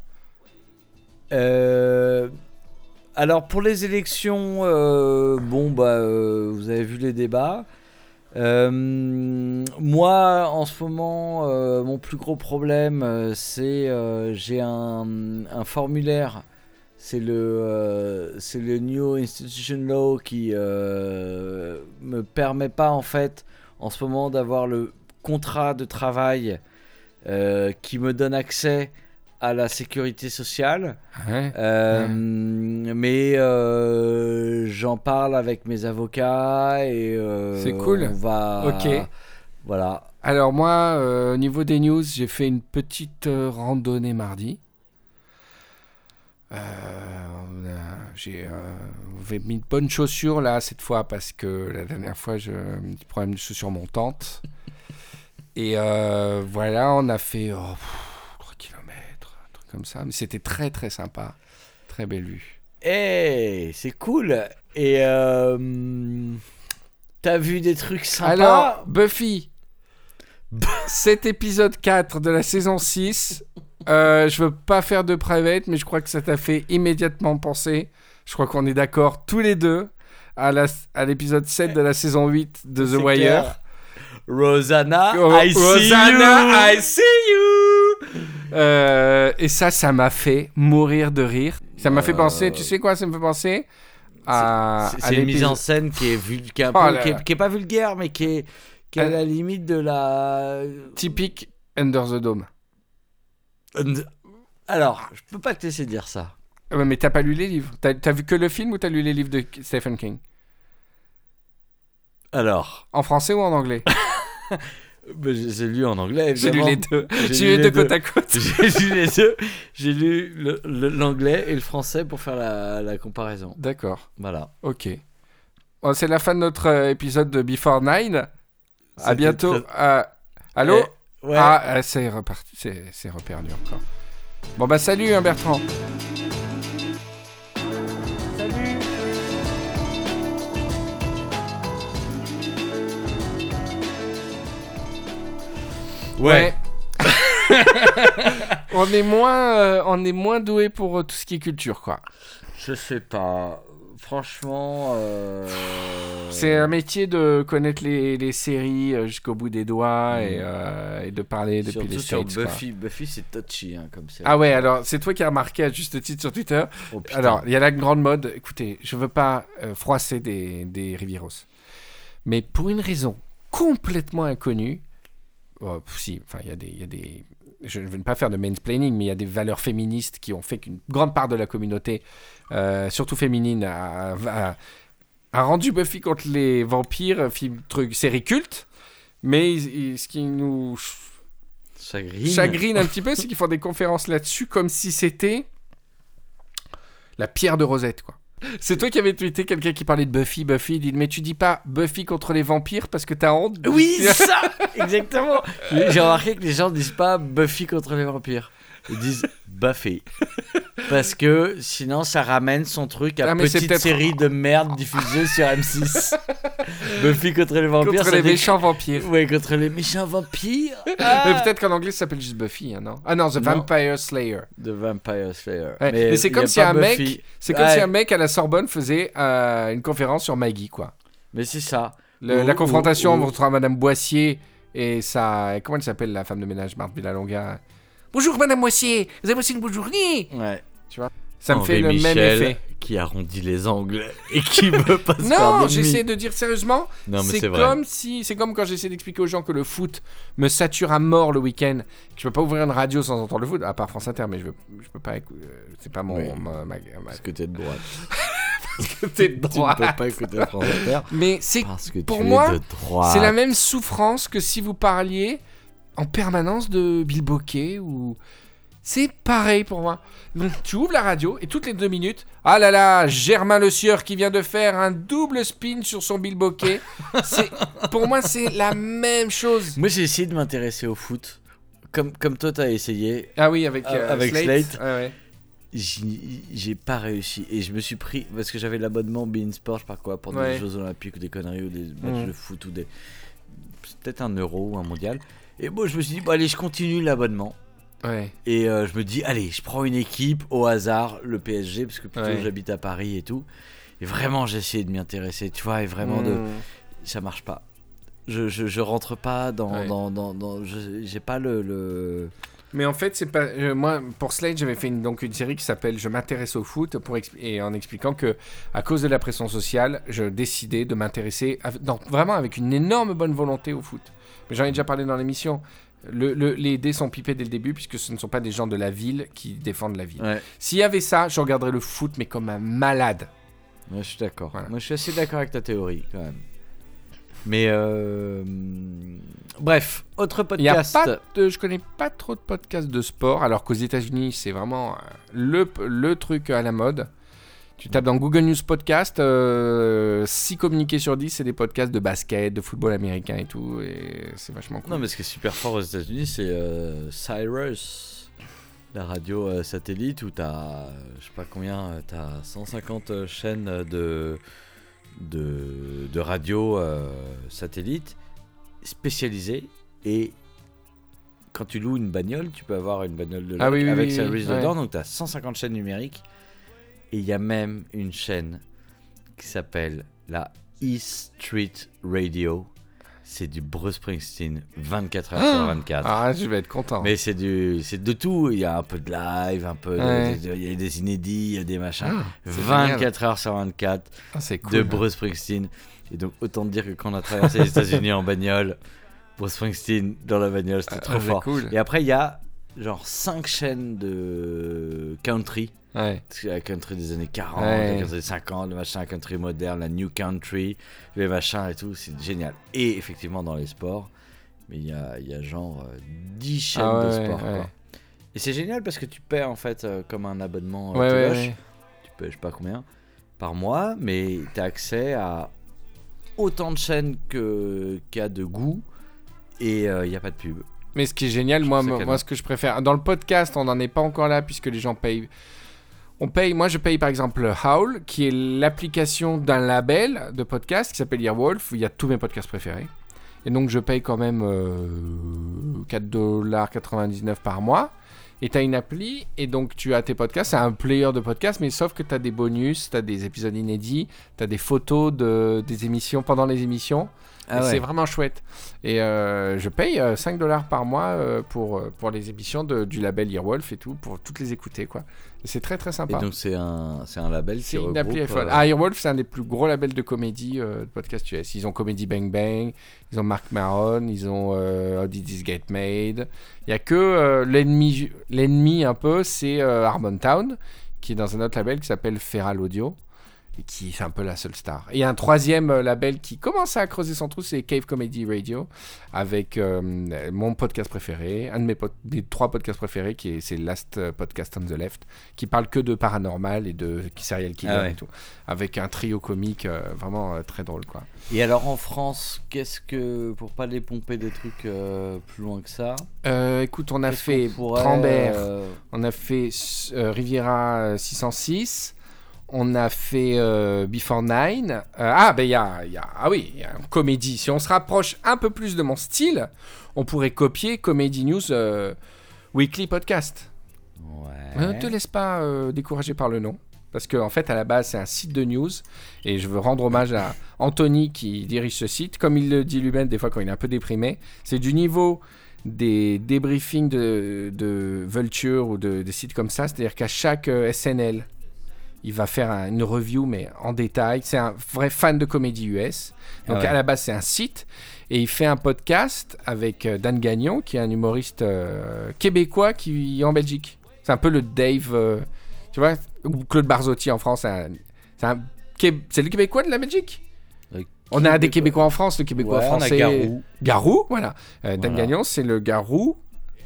euh, Alors, pour les élections, euh, bon, bah, euh, vous avez vu les débats. Euh, moi, en ce moment, euh, mon plus gros problème, euh, c'est euh, j'ai un, un formulaire. C'est le, euh, c'est le New Institution Law qui euh, me permet pas en fait en ce moment d'avoir le contrat de travail euh, qui me donne accès à la sécurité sociale. Ouais. Euh, Mais euh, j'en parle avec mes avocats et euh, C'est cool. On va. Ok. Voilà. Alors moi, euh, au niveau des news, j'ai fait une petite euh, randonnée mardi. Euh, on a- j'ai euh, j'ai mis de bonnes chaussures là cette fois parce que la dernière fois j'ai un petit problème de chaussures montantes. Et euh, voilà, on a fait oh, pff, trois kilomètres, un truc comme ça. Mais c'était très très sympa. Très belle vue. Hey, c'est cool. Et euh, t'as vu des trucs sympas? Alors, Buffy, cet épisode quatre de la saison six, euh, je veux pas faire de private, mais je crois que ça t'a fait immédiatement penser, je crois qu'on est d'accord tous les deux, à, la, à l'épisode sept de la saison huit de The C'est Wire. clair. Rosanna, Oh, I see Rosanna, you. I see you. Euh, et ça, ça m'a fait mourir de rire. Ça m'a fait penser, tu sais quoi, ça me fait penser à... C'est à c'est une mise en l'épisode- scène qui est, vul- qui est, un Oh peu- là qui est- là. qui est pas vulgaire, mais qui est, qui est à Euh. la limite de la. typique Under the Dome. Alors, je peux pas te laisser dire ça. Ouais, mais t'as pas lu les livres. T'as, t'as vu que le film ou t'as lu les livres de Stephen King? Alors, En français ou en anglais? bah, j'ai j'ai lu en anglais. J'ai lu évidemment. les deux. J'ai J'ai lu lu les les deux côte deux. à côte. J'ai lu les deux. J'ai lu le- le- l'anglais et le français pour faire la, la comparaison. D'accord, Voilà. ok. Bon, c'est la fin de notre euh, épisode de Before Nine. À C'était bientôt. très- Euh, Allô? Eh, ouais. Ah, euh, c'est reparti. C'est, c'est reperdu encore. Bon, bah, salut, hein, Bertrand. Ouais. on est moins, euh, on est moins doué pour euh, tout ce qui est culture, quoi. Je sais pas. Franchement. euh, C'est un métier de connaître les, les séries euh, jusqu'au bout des doigts et, euh, et de parler depuis Surtout les sur States, quoi. Buffy. Buffy, c'est touchy hein, comme série. Ah ouais, alors c'est toi qui as remarqué à juste titre sur Twitter. Oh, putain. Alors, il y a la grande mode. Écoutez, je veux pas euh, froisser des, des Rivieros. Mais pour une raison complètement inconnue, oh, si, enfin, il y a des, il y a des, je ne veux pas faire de mansplaining, mais il y a des valeurs féministes qui ont fait qu'une grande part de la communauté, euh, surtout féminine, a, a- a rendu Buffy contre les vampires, film, truc, série culte. Mais il- il- ce qui nous Chagrine. chagrine un petit peu, c'est qu'ils font des conférences là-dessus comme si c'était la pierre de Rosette, quoi. C'est toi qui avais tweeté quelqu'un qui parlait de Buffy, Buffy, il dit mais tu dis pas Buffy contre les vampires parce que t'as honte. Oui, c'est ça. Exactement. J'ai j'ai remarqué que les gens disent pas Buffy contre les vampires. Ils disent Buffy. Parce que sinon, ça ramène son truc à Ah, mais c'est petite peut-être- série de merde diffusée sur M six. Buffy contre les vampires. contre ça les fait- méchants vampires. Ouais, contre les méchants vampires. Mais Ah. peut-être qu'en anglais ça s'appelle juste Buffy, hein, non? Ah non, The Non. Vampire Slayer. The Vampire Slayer. Ouais, mais c'est y comme a si pas un mec- Buffy. C'est comme Ouais. si un mec à la Sorbonne faisait euh, une conférence sur Maggie, quoi. Mais c'est ça. Le- Ou- la confrontation ou- ou- entre Madame Boissier et sa... Comment elle s'appelle, la femme de ménage, Marthe Villalonga? Bonjour Madame Boissier, vous avez passé une bonne journée? Ouais. Ça me Henri fait le Michel, même effet. qui arrondit les angles et qui veut pas se faire Non, d'ennemis. j'essaie de dire sérieusement, Non, mais c'est c'est vrai. comme si, c'est comme quand j'essaie d'expliquer aux gens que le foot me sature à mort le week-end, que je peux pas ouvrir une radio sans entendre le foot, à part France Inter, mais je veux, je peux pas, écou- euh, c'est pas mon, Oui. ma- ma- ma- Parce que t'es de droite. que t'es de Tu ne droite. peux pas écouter France Inter Mais c'est parce que pour tu moi, es de droite. c'est la même souffrance que si vous parliez en permanence de Bill Bocquet ou... C'est pareil pour moi. Donc tu ouvres la radio et toutes les deux minutes, ah là là, Germain Le Sieur qui vient de faire un double spin sur son Bill Bocquet. C'est, pour moi, c'est la même chose. Moi, j'ai essayé de m'intéresser au foot. Comme, comme toi, t'as essayé. Ah oui, avec, Ah, euh, avec Slate. Slate. Ouais, ouais. J'ai j'ai pas réussi. Et je me suis pris. Parce que j'avais l'abonnement Bein Sport, je sais pas quoi, pour Ouais. des Jeux Olympiques ou des conneries ou des matchs Mhm. de foot ou des. Peut-être un euro ou un mondial. Et bon, je me suis dit, bon, allez, je continue l'abonnement. Ouais. Et euh, je me dis, allez, je prends une équipe au hasard, le P S G, parce que plutôt Ouais. j'habite à Paris et tout. Et vraiment, j'ai essayé de m'y intéresser, tu vois, et vraiment, de... Mmh. ça marche pas. Je, je, je rentre pas dans. Ouais. dans, dans, dans je- j'ai pas le. le... Mais en fait, c'est pas. euh, moi, pour Slate, j'avais fait une, donc une série qui s'appelle Je m'intéresse au foot pour expli- et en expliquant que, à cause de la pression sociale, je décidais de m'intéresser av- non, vraiment avec une énorme bonne volonté au foot. Mais j'en ai déjà parlé dans l'émission. Le, le- les dés sont pipés dès le début puisque ce ne sont pas des gens de la ville qui défendent la ville. Ouais, S'il y avait ça, je regarderais le foot, mais comme un malade. ouais, je suis d'accord. Voilà. Moi, je suis assez d'accord avec ta théorie, quand même. Mais. Euh... Bref, autre Il y a podcast. pas de, je connais pas trop de podcasts de sport, alors qu'aux États-Unis, c'est vraiment euh, le, le truc à la mode. Tu tapes dans Google News Podcast, euh, six communiqués sur dix, c'est des podcasts de basket, de football américain et tout, et c'est vachement cool. Non, mais ce qui est super fort aux États-Unis, c'est euh, Cyrus, la radio euh, satellite où t'as, euh, je sais pas combien, euh, t'as cent cinquante euh, chaînes de, de, de radio euh, satellite spécialisées. Et quand tu loues une bagnole, tu peux avoir une bagnole de Ah oui, oui, avec oui, Cyrus oui, dedans, ouais. donc t'as cent cinquante chaînes numériques. Et il y a même une chaîne qui s'appelle la E Street Radio. C'est du Bruce Springsteen vingt-quatre heures sur vingt-quatre. Ah, je vais être content. Mais c'est du, c'est de tout. Il y a un peu de live, un peu, de- Ouais. de- de- il y a des inédits, il y a des machins. Ah, c'est vingt-quatre heures sur vingt-quatre Ah, c'est cool. de Bruce Springsteen. Et donc autant te dire que quand on a traversé les États-Unis en bagnole, Bruce Springsteen dans la bagnole, c'était Ah, trop c'est fort. cool. Et après il y a genre cinq chaînes de country. Ouais. Parce qu'il y a la country des années quarante, Ouais. la country des cinquante, le machin, la country moderne, la new country, les machins et tout, c'est génial. Et effectivement dans les sports, mais il y a, il y a genre euh, dix chaînes Ah de ouais, sport. ouais. Quoi. Et c'est génial parce que tu paies en fait euh, comme un abonnement euh, Ouais, ouais, Touloche. ouais. Tu payes je sais pas combien par mois, mais tu as accès à autant de chaînes que, qu'il y a de goût et il n'y a pas de pub. Mais ce qui est génial, Je moi, trouve ça moi, canon. moi, ce que je préfère, dans le podcast, on n'en est pas encore là puisque les gens payent. On paye, moi je paye par exemple Howl, qui est l'application d'un label de podcast qui s'appelle Earwolf, où il y a tous mes podcasts préférés. Et donc je paye quand même euh, quatre dollars quatre-vingt-dix-neuf par mois. Et tu as une appli, et donc tu as tes podcasts, c'est un player de podcasts, mais sauf que tu as des bonus, tu as des épisodes inédits, tu as des photos de, des émissions pendant les émissions. Ah Et ouais. c'est vraiment chouette. Et euh, je paye euh, cinq dollars par mois euh, pour, euh, pour les émissions de, du label Earwolf et tout, pour toutes les écouter, quoi. Et c'est très très Et sympa. donc c'est un, c'est un label qui C'est une regroupe, appli iPhone. euh, Ah, Earwolf, c'est un des plus gros labels de comédie euh, de podcast U S. Ils ont Comedy Bang Bang, ils ont Mark Maron, ils ont euh, How Did This Get Made. Il n'y a que euh, l'ennemi, l'ennemi un peu, c'est euh, Harmontown, qui est dans un autre label qui s'appelle Feral Audio. Et qui est un peu la seule star. Et il y a un troisième euh, label qui commence à creuser son trou, c'est Cave Comedy Radio, avec euh, mon podcast préféré, un de mes, pod- mes trois podcasts préférés, qui est c'est Last Podcast on the Left, qui parle que de paranormal et de serial killer Ah ouais. et tout, avec un trio comique euh, vraiment euh, très drôle, quoi. Et alors en France, qu'est-ce que, pour pas les pomper des trucs euh, plus loin que ça, Euh, écoute, on a qu'est-ce fait qu'on pourrait, Trambert, euh, on a fait euh, Riviera euh, six cent six. On a fait euh, Before Nine. Euh, ah, ben il y a, il y a. Ah oui, il y a une comédie. Si on se rapproche un peu plus de mon style, on pourrait copier Comedy News euh, Weekly Podcast. Ouais. Ne te laisse pas euh, décourager par le nom. Parce qu'en en fait, à la base, c'est un site de news. Et je veux rendre hommage à Anthony qui dirige ce site. Comme il le dit lui-même, des fois, quand il est un peu déprimé, c'est du niveau des débriefings de, de Vulture ou de, des sites comme ça. C'est-à-dire qu'à chaque euh, S N L, il va faire un- une review, mais en détail. C'est un vrai fan de comédie U S. Donc, Ah ouais. à la base, c'est un site. Et il fait un podcast avec euh, Dan Gagnon, qui est un humoriste euh, québécois qui vit en Belgique. C'est un peu le Dave, euh, tu vois, ou Claude Barzotti en France. C'est un, c'est un Qué- C'est le Québécois de la Belgique. Le On a des Québécois. Québécois en France, le Québécois Ouais, on a français. Garou. Garou, voilà. Euh, Dan Voilà. Gagnon, c'est le Garou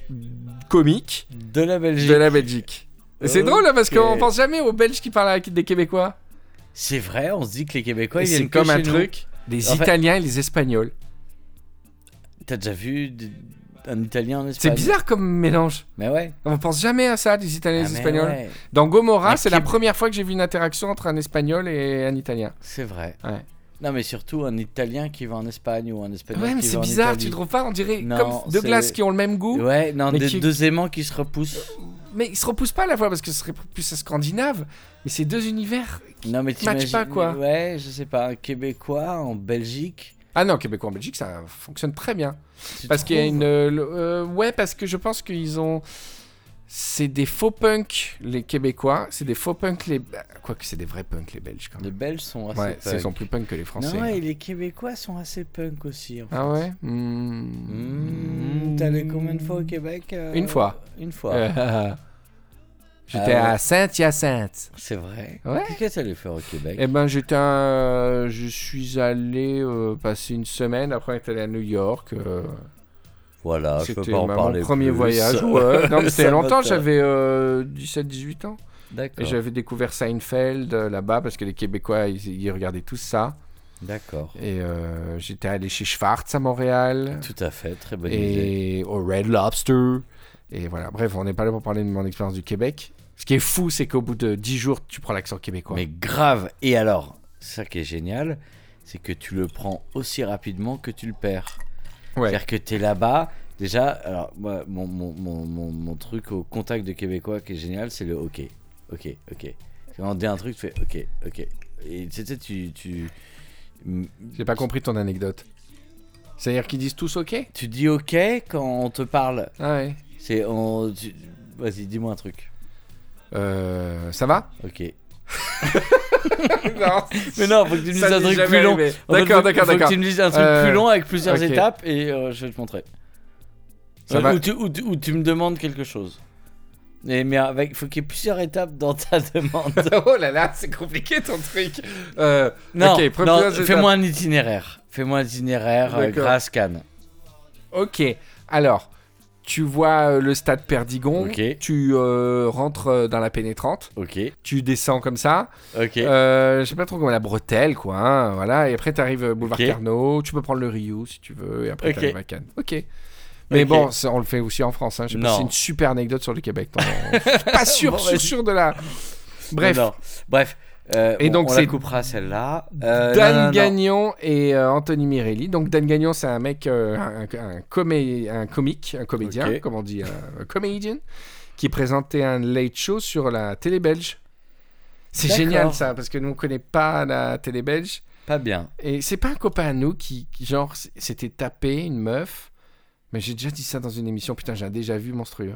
comique De la Belgique. de la Belgique. Et C'est Ok. drôle là, parce qu'on pense jamais aux Belges qui parlent avec des Québécois. C'est vrai, on se dit que les Québécois, Et ils c'est viennent que comme un chez nous. truc des En fait- Italiens et les Espagnols. T'as déjà vu d- un Italien en C'est Espagne? bizarre comme mélange. Mais ouais. On pense jamais à ça, des Italiens et Ah, des mais Espagnols. ouais, Dans Gomorrah, Un c'est la Québé- première fois que j'ai vu une interaction entre un Espagnol et un Italien. c'est vrai. Ouais. Non, mais surtout un Italien qui va en Espagne ou un Espagnol Ouais, mais qui c'est va en bizarre, Italie. tu trouves pas? On dirait Non, comme deux c'est- glaces qui ont le même goût. Ouais, non, Mais des qui- deux aimants qui se repoussent. Mais ils se repoussent pas à la fois parce que ce serait plus scandinave. Mais c'est deux univers. Non, mais Match pas, t'imagines- quoi. Ouais, je sais pas, un Québécois en Belgique. Ah non, Québécois en Belgique, ça fonctionne très bien. tu Parce qu'il y a trouves une. euh, le- euh, ouais, parce que je pense qu'ils ont. C'est des faux punks, les Québécois. C'est des faux punks, les. bah, Quoique, c'est des vrais punks, les Belges, quand Les même. Belges sont assez Ouais, punk. ils sont plus punks que les Français. Non, et les Québécois sont assez punk aussi. En fait. Ah ouais Hmm. Mmh, T'es allé combien de fois au Québec euh, Une fois. Une fois. Euh, J'étais Ah ouais. à Saint-Hyacinthe. C'est vrai. Ouais. Qu'est-ce que t'es allé faire au Québec? Eh ben, j'étais un- je suis allé euh, passer une semaine. Après, on est allé à New York. euh, Voilà, je peux C'était pas en ma- parler mon premier plus. voyage. Ouais. Non, mais c'était Ça longtemps. m'intéresse. J'avais euh, dix-sept dix-huit ans. Et D'accord. j'avais découvert Seinfeld euh, là-bas parce que les Québécois, ils, ils regardaient tous ça. D'accord. Et euh, j'étais allé chez Schwartz à Montréal. Tout à fait, très bonne idée. Et au Red Lobster. Et voilà, bref, on n'est pas là pour parler de mon expérience du Québec. Ce qui est fou, c'est qu'au bout de dix jours, tu prends l'accent québécois. Mais grave. Et alors, ça qui est génial, c'est que tu le prends aussi rapidement que tu le perds. Ouais. C'est-à-dire que t'es là-bas. Déjà, alors, moi, mon, mon, mon, mon, mon truc au contact de Québécois qui est génial, c'est le OK. OK, OK. Quand on dit un truc, tu fais OK, OK. Et tu sais, tu. tu J'ai pas compris ton anecdote. C'est-à-dire qu'ils disent tous OK? Tu dis OK quand on te parle. Ah ouais. C'est. On, tu- Vas-y, dis-moi un truc. Euh, ça va? OK. Non. Mais non, faut que tu me dises Ça un m'est truc jamais plus long. arrivé. En fait, D'accord, faut- d'accord, faut que d'accord. tu me dises un truc Euh, plus long avec plusieurs ok. étapes et euh, je vais te montrer. Ça Euh, va. Ou tu, ou tu- ou tu me demandes quelque chose. Et, mais avec, faut qu'il y ait plusieurs étapes dans ta demande. Oh là là, c'est compliqué ton truc. Euh, Non, ok, non, première étape. fais-moi un itinéraire. Fais-moi un itinéraire euh, D'accord. grâce Cannes. Ok, alors, tu vois euh, le stade Perdigon, Ok. tu euh, rentres euh, dans la pénétrante, Ok, tu descends comme ça, ok. euh, je sais pas trop comment la bretelle, quoi, hein, voilà, et après t'arrives euh, boulevard Ok. Carnot, tu peux prendre le Rio si tu veux, et après Ok. t'arrives à Cannes. Ok. Mais Ok. bon, ça, on le fait aussi en France, hein. Je sais pas Non. si c'est une super anecdote sur le Québec. t'en- Je suis pas sûr, Bon, sûr, vas-y. sûr de la... Bref, Non, non. Bref. euh, Et on- donc, on c'est la coupera celle-là. Euh, Dan non, non, non. Gagnon et euh, Anthony Mirelli. Donc Dan Gagnon, c'est un mec, euh, un, un, comé- un comique, un comédien, Ok. comme on dit, un, un comédien, qui présentait un late show sur la télé belge. C'est D'accord. génial ça, parce que nous on connaît pas la télé belge. Pas bien. Et c'est pas un copain à nous qui, qui, genre, s- s'était tapé une meuf. Mais j'ai déjà dit ça dans une émission, putain, j'ai un déjà vu monstrueux.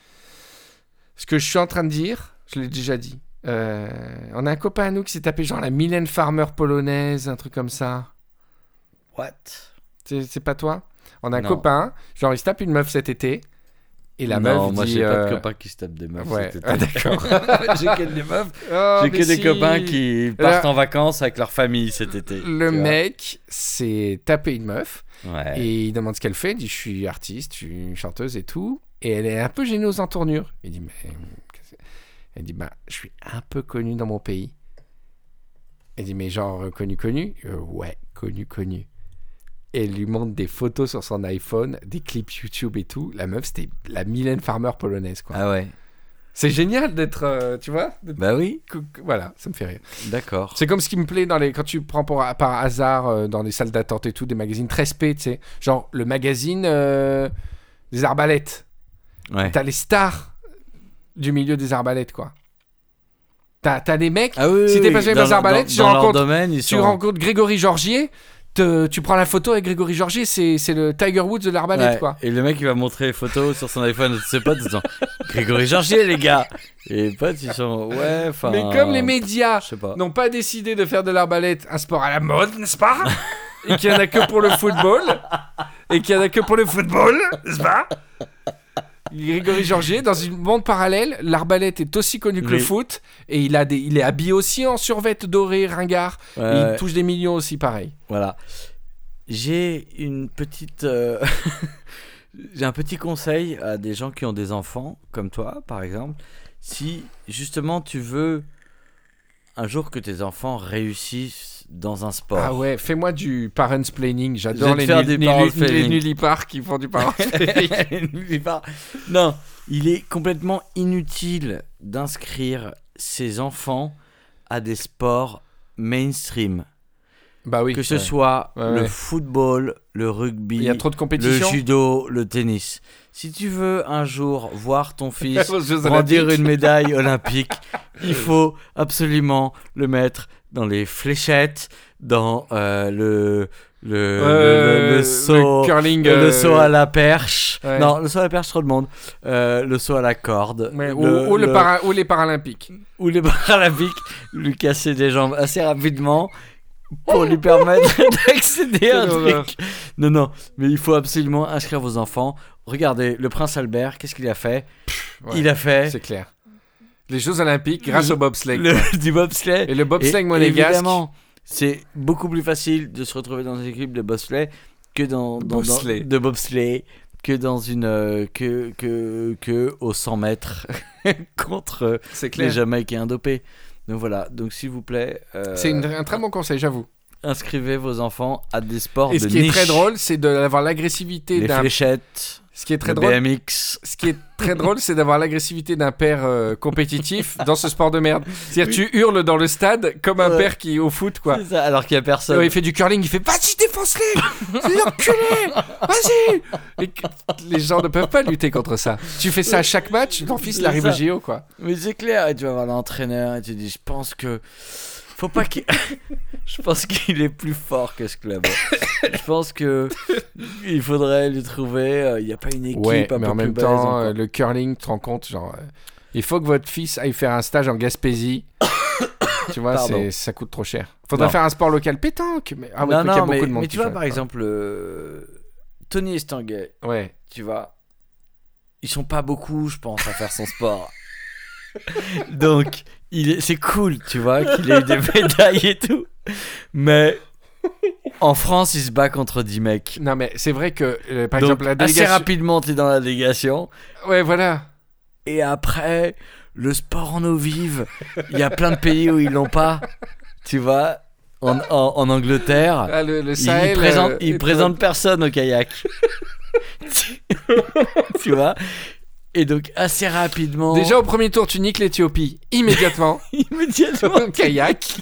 Ce que je suis en train de dire, je l'ai déjà dit. Euh, on a un copain à nous qui s'est tapé genre la Mylène Farmer polonaise, un truc comme ça. What? C'est c'est pas toi? On a un Non. copain, genre il se tape une meuf cet été, et la non, meuf moi dit... j'ai pas de euh, copains qui se tapent des meufs. Ouais, cet été. ah, d'accord. j'ai que des meufs. Oh, J'ai mais que des si. copains qui partent Là- en vacances avec leur famille cet été. Le tu vois. mec s'est tapé une meuf, Ouais. et il demande ce qu'elle fait, il dit je suis artiste, je suis une chanteuse et tout, et elle est un peu gênée aux entournures. Il dit mais... qu'est-ce que- Elle dit bah je suis un peu connu dans mon pays. Elle dit mais genre euh, connu connu Euh, Ouais, connu connu. Et elle lui montre des photos sur son iPhone, des clips YouTube et tout. La meuf, c'était la Mylène Farmer polonaise, quoi. Ah ouais. C'est génial d'être, euh, tu vois d'être- Bah oui. cou- cou- Voilà, ça me fait rire. D'accord. C'est comme ce qui me plaît dans les, quand tu prends pour, par hasard euh, dans les salles d'attente et tout, des magazines très spé, tu sais. Genre le magazine euh, des arbalètes. Ouais. T'as les stars du milieu des arbalètes, quoi. T'as, t'as des mecs, Ah oui, si oui, t'es oui. passionné dans, par les arbalètes, dans, tu dans leur rencontres- domaine, ils tu sont... rencontres Grégory Georgier, te- tu prends la photo avec Grégory Georgier, c'est, c'est le Tiger Woods de l'arbalète, Ouais, quoi. Et le mec il va montrer les photos sur son iPhone de ses potes en disant Grégory Georgier les gars. Et les potes ils sont ouais enfin. Mais comme les médias Je sais pas. n'ont pas décidé de faire de l'arbalète un sport à la mode, n'est-ce pas? Et qu'il n'y en a que pour le football, et qu'il n'y en a que pour le football, n'est-ce pas? Grégory Georgier, dans une monde parallèle, l'arbalète est aussi connu que Oui. le foot et il a des, il est habillé aussi en survêt doré, ringard. Ouais, et il ouais. touche des millions aussi, pareil. Voilà. J'ai une petite. euh, J'ai un petit conseil à des gens qui ont des enfants, comme toi, par exemple. Si justement tu veux un jour que tes enfants réussissent dans un sport. Ah ouais, fais-moi du parentsplaining. Je J'adore vais les, te faire nul- du nul- parentsplaining. les nullipares qui font du parentsplaining. N'oublie pas. Non, il est complètement inutile d'inscrire ses enfants à des sports mainstream. Bah oui. Que ce ouais. soit Ouais, le ouais. football, le rugby, Il y a trop de le compétition. judo, le tennis. Si tu veux un jour voir ton fils Aux Jeux brandir Olympiques. une médaille olympique, il faut absolument le mettre dans les fléchettes, dans euh, le, le, Euh, le, le- le saut, le curling, le euh, saut à la perche. ouais. Non, le saut à la perche, trop de monde. Euh, le saut à la corde. Ouais, ou, ou le para- ou les paralympiques. ou les paralympiques, lui casser des jambes assez rapidement pour lui permettre d'accéder à un Quelle horreur. truc. Non, non, mais il faut absolument inscrire vos enfants. Regardez, le prince Albert, qu'est-ce qu'il a fait? Ouais, Il a fait C'est clair. Les Jeux Olympiques grâce au bobsleigh. le, quoi. du bobsleigh. Et le bobsleigh Et monégasque. évidemment, c'est beaucoup plus facile de se retrouver dans une équipe de bobsleigh que dans, dans, dans- Bobsleigh. de bobsleigh que dans une euh, que que que aux cent mètres contre euh, C'est les clair. Jamaïcains dopés. Donc voilà, donc s'il vous plaît, euh, C'est une- un très bon conseil, j'avoue. inscrivez vos enfants à des sports Et de ce qui niche. est très drôle, c'est de- d'avoir l'agressivité les d'un. fléchettes, Ce qui est très le drôle. B M X. Ce qui est très drôle, c'est d'avoir l'agressivité d'un père euh, compétitif dans ce sport de merde. C'est-à-dire, tu hurles dans le stade comme un Ouais. père qui est au foot, quoi. C'est ça, alors qu'il y a personne. Ouais, il fait du curling, il fait vas-y, défonce-les, c'est des enculés, vas-y. Et que- les gens ne peuvent pas lutter contre ça. Tu fais ça à chaque match, ton fils il C'est arrive ça. au J O, quoi. Mais c'est clair, et tu vas voir l'entraîneur et tu dis, je pense que faut pas qu'il, je pense qu'il est plus fort que ce club. Je pense que il faudrait lui trouver. euh, Il n'y a pas une équipe Ouais, un mais peu en plus même balèze temps, encore. euh, le curling, tu te rends compte, genre, euh, il faut que votre fils aille faire un stage en Gaspésie. Tu vois, Pardon. c'est, ça coûte trop cher. Faudrait Non. faire un sport local pétanque. Mais... Ah ouais, non, faut qu'il y a non, beaucoup mais, de monde mais qui tu vois, fait, par ouais. exemple, euh, Tony Estanguet, Ouais. tu vois, ils sont pas beaucoup, je pense, à faire son sport. Donc, il est, c'est cool, tu vois, qu'il ait eu des médailles et tout. Mais en France, il se bat contre dix mecs. Non, mais c'est vrai que, euh, par Donc, exemple, la assez délégation. rapidement, t'es dans la délégation. Ouais, voilà. Et après, le sport en eau vive, il y a plein de pays où ils l'ont pas. Tu vois, en, en, en Angleterre, Ah, le, le ils Sahel. présentent euh, ils est- présentent personne au kayak. Tu vois. Et donc, assez rapidement. Déjà au premier tour, tu niques l'Éthiopie immédiatement. immédiatement. En kayak.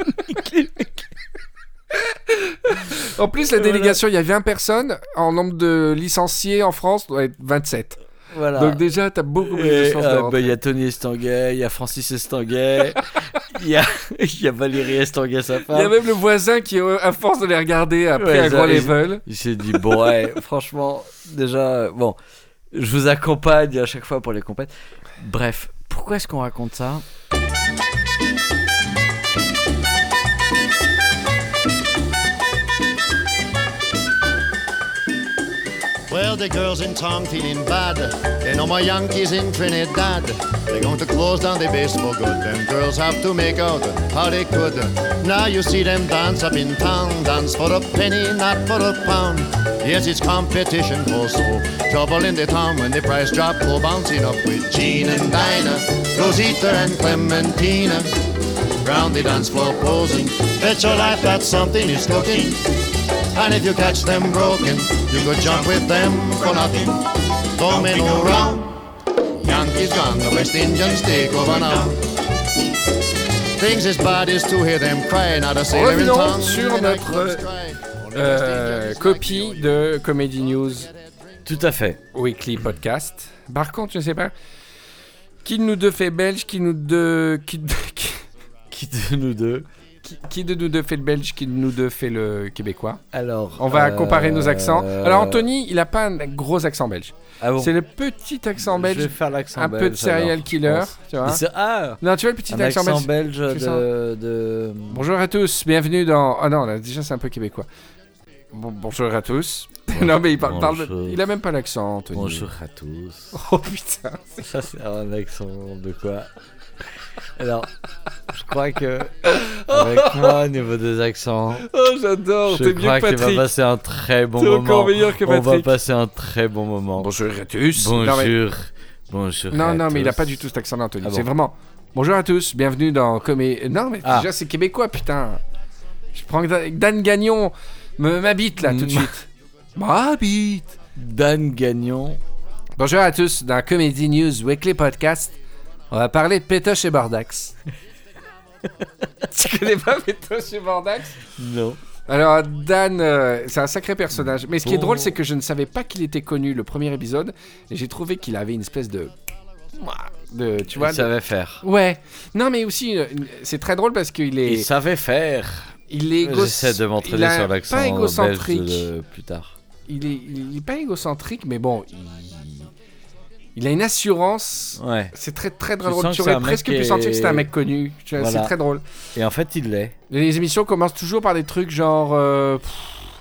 En plus, la Voilà. délégation, il y a vingt personnes. En nombre de licenciés en France, doit être vingt-sept. Voilà. Donc déjà, t'as beaucoup plus de Et, chances euh, de bah, rentrer. il y a Tony Estanguet, il y a Francis Estanguet, il y a, il y a Valérie Estanguet, sa Il y a femme. même le voisin qui, euh, à force de les regarder, a pris Ouais, un ça, gros ils- level. Il s'est dit, bon, ouais, franchement, déjà, euh, bon, je vous accompagne à chaque fois pour les compètes. Bref, pourquoi est-ce qu'on raconte ça? Well, the girls in town feeling bad. They know my Yankees in Trinidad. They're going to close down the base for good. Them girls have to make out how they could. Now you see them dance up in town. Dance for a penny, not for a pound. Yes, it's competition for so. Trouble in the town when the price drop. Go bouncing up with Jean and Dinah, Rosita and Clementina. Round the dance floor posing. Bet your life that something is cooking. And if you catch them broken, you could jump with them for nothing. Don't make no wrong. Yankees gone, the West Indians take over now. Things as bad as to hear them cry. Not a sailor in Revenons town. sur midnight notre, clubs cry. Only Euh, West Indians copie like de Comedy News Tout à fait. Weekly Podcast. Par contre, je sais pas. Qui de nous deux fait belge, qui nous deux. Qui, qui, Qui de nous deux? qui- qui de nous deux fait le belge, qui de nous deux fait le québécois. Alors. On va euh, comparer nos accents. Alors, Anthony, il a pas un gros accent belge. ah bon, C'est le petit accent je belge, vais faire l'accent un belge, peu de serial alors, je killer, pense. tu vois. Mais c'est- Ah, Non, tu vois le petit un accent, accent belge. belge Tu sens de, de. Bonjour à tous, bienvenue dans. Ah non, là, déjà c'est un peu québécois. Bon, bonjour à tous. non, mais il parle, parle- Bonjour. il a même pas l'accent, Anthony. Bonjour à tous. Oh putain. Ça, c'est un accent de quoi? Alors, je crois que avec moi, au niveau des accents, Oh, j'adore. je T'es mieux crois que qu'il va Patrick. passer un très bon T'es moment. encore meilleur que On va Patrick. passer un très bon moment. Bonjour à tous. Bonjour. Non, mais, Bonjour. non, à non, mais il a tous. pas du tout cet accent d'Anthony. Ah bon. C'est vraiment. Bonjour à tous. Bienvenue dans Comé. Non, mais Ah. déjà, c'est québécois, putain. Je prends que Dan Gagnon me m'habite là tout de Mm. suite. M'habite. Dan Gagnon. Bonjour à tous. Dans Comedy News Weekly Podcast, on va parler de Pétoche et Bordax. Tu connais pas Pétoche et Bordax? Non. Alors, Dan, euh, c'est un sacré personnage. Mais ce qui est Bon. drôle, c'est que je ne savais pas qu'il était connu le premier épisode. Et j'ai trouvé qu'il avait une espèce de. de tu vois Il de- savait faire. Ouais. Non, mais aussi, euh, c'est très drôle parce qu'il est. Il savait faire. Il est égo- J'essaie de il m'entraîner a sur l'accent pas belge égocentrique. de- plus tard. Il, est, il est pas égocentrique, mais bon, il, il a une assurance. Ouais. C'est très très Tu drôle. sens Tu que c'est aurais un mec presque qui pu sentir que c'était un est- mec connu. Tu vois, Voilà. C'est très drôle. Et en fait, il l'est. Les émissions commencent toujours par des trucs genre. euh, pff,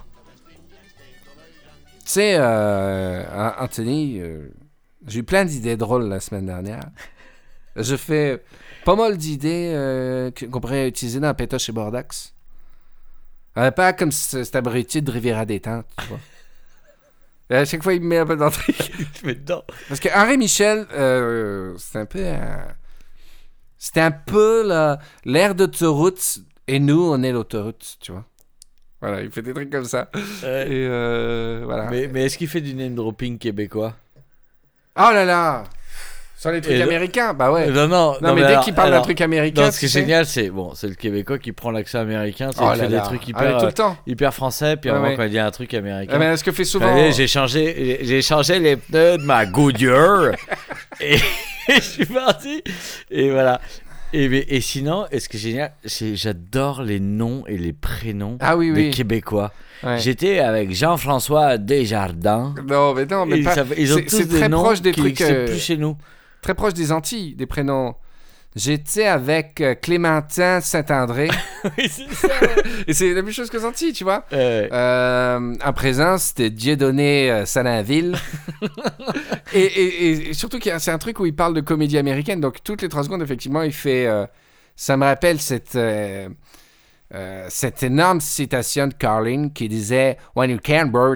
Tu sais, euh, An- Anthony, euh, j'ai eu plein d'idées drôles la semaine dernière. Je fais pas mal d'idées euh, que- qu'on pourrait utiliser dans Pétoche et Bordax. Euh, pas comme ce- cet abruti de Riviera Détente, tu vois. Et à chaque fois, il me met un peu d'entrée. Mais non. Parce que Henri Michel, euh, c'est un peu. un- C'était un peu la- l'air d'autoroute et nous, on est l'autoroute, tu vois. Voilà, il fait des trucs comme ça. Ouais. Et euh, voilà. Mais, mais est-ce qu'il fait du name dropping québécois? Oh là là! Sur les trucs Et le- américains, bah ouais. Non, non. non, mais, dès alors- qu'il parle d'un alors, truc américain. Non, ce qui est tu sais- génial, c'est bon, c'est le Québécois qui prend l'accent américain, tu sais, Oh il là fait des là. trucs Ah, mais hyper, tout euh, le temps. hyper français, puis à un Ouais, moment ouais. quand il dit un truc américain, Ah, mais ce que fait souvent. Allez, j'ai changé, j'ai- j'ai changé les pneus de ma Goodyear et je suis parti. Et voilà. Et, mais- et sinon, et ce qui est génial, c'est j'adore les noms et les prénoms Ah oui, des oui. Québécois. Ouais. J'étais avec Jean-François Desjardins. Non, mais non, mais Et pas. ça- ils ont c'est- tous c'est des très noms proche des qui trucs, n'existent euh, plus chez nous. Très proche des Antilles, des prénoms. J'étais avec euh, Clémentin Saint-André. Oui, c'est ça. Et c'est la même chose que les Antilles, tu vois. Euh, Euh, en présence, c'était Dieudonné euh, Salinville. et, et, et surtout, qu'il y a- c'est un truc où il parle de comédie américaine. Donc, toutes les trois secondes, effectivement, il fait. euh, ça me rappelle cette, euh, euh, cette énorme citation de Carlin qui disait When you can bird.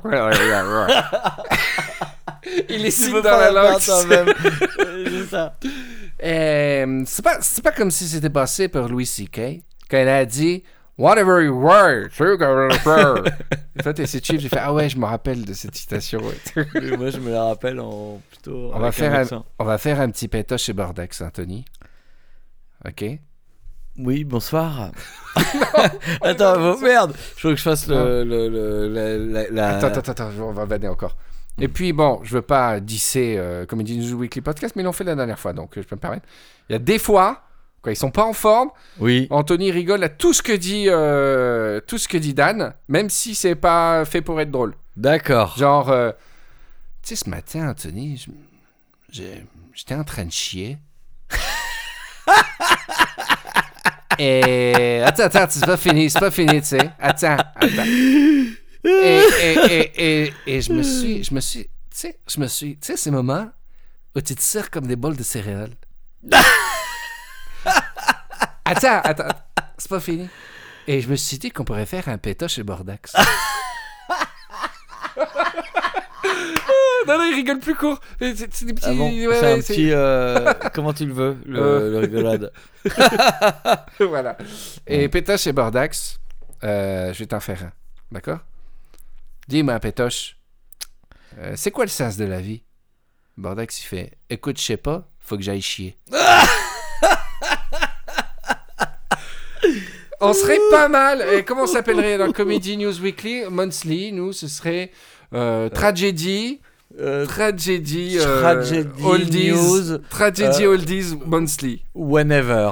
Il est tu cite peux dans pas la le langue. faire toi-même. Euh, c'est ça. Euh, c'est pas, c'est pas comme si c'était passé par Louis C K quand il a dit Whatever you were, you gotta were. Et toi, t'es c'est cheap, j'ai fait ah ouais, je me rappelle de cette citation. Ouais. Et moi, je me la rappelle en plutôt. On va, avec faire un un, accent. on va faire un petit pétoche chez Bordex, Anthony. Ok? Oui, bonsoir. Attends, oh, merde. Je veux que je fasse le, le, le- la, la- la- Attends, attends, attends, on va vanner encore. Et puis bon, je veux pas disser euh, Comedy News Weekly Podcast, mais ils l'ont fait la dernière fois, donc euh, je peux me permettre. Il y a des fois, quand ils sont pas en forme, Oui. Anthony rigole à tout ce que dit, euh, tout ce que dit Dan, même si c'est pas fait pour être drôle. D'accord. Genre, euh, tu sais, ce matin, Anthony, je- j'ai- j'étais en train de chier. Et. Attends, attends, c'est pas fini, c'est pas fini, tu sais. Attends, attends. Et, et, et, et, et je me suis. Je me suis. Tu sais, je me suis. Tu sais, ces moments où tu te sers comme des bols de céréales. Attends, attends, attends, c'est pas fini. Et je me suis dit qu'on pourrait faire un pétoche chez Bordax. Non, non, il rigole plus court. C'est c'est des petits. Ah bon, ouais, c'est ouais, un petit. euh, comment tu le veux, le, Euh. le rigolade. Voilà. Et Pétoche et Bordax, euh, je vais t'en faire un. D'accord? Dis-moi, Pétoche, euh, c'est quoi le sens de la vie? Bordax, il fait écoute, je sais pas, faut que j'aille chier. On serait pas mal. Et comment on s'appellerait dans Comedy News Weekly? Monthly, nous, ce serait euh, Tragédie. Euh, Tragédie. euh, Tragedy Oldies. News. Tragédie euh, Oldies Monthly. Whenever.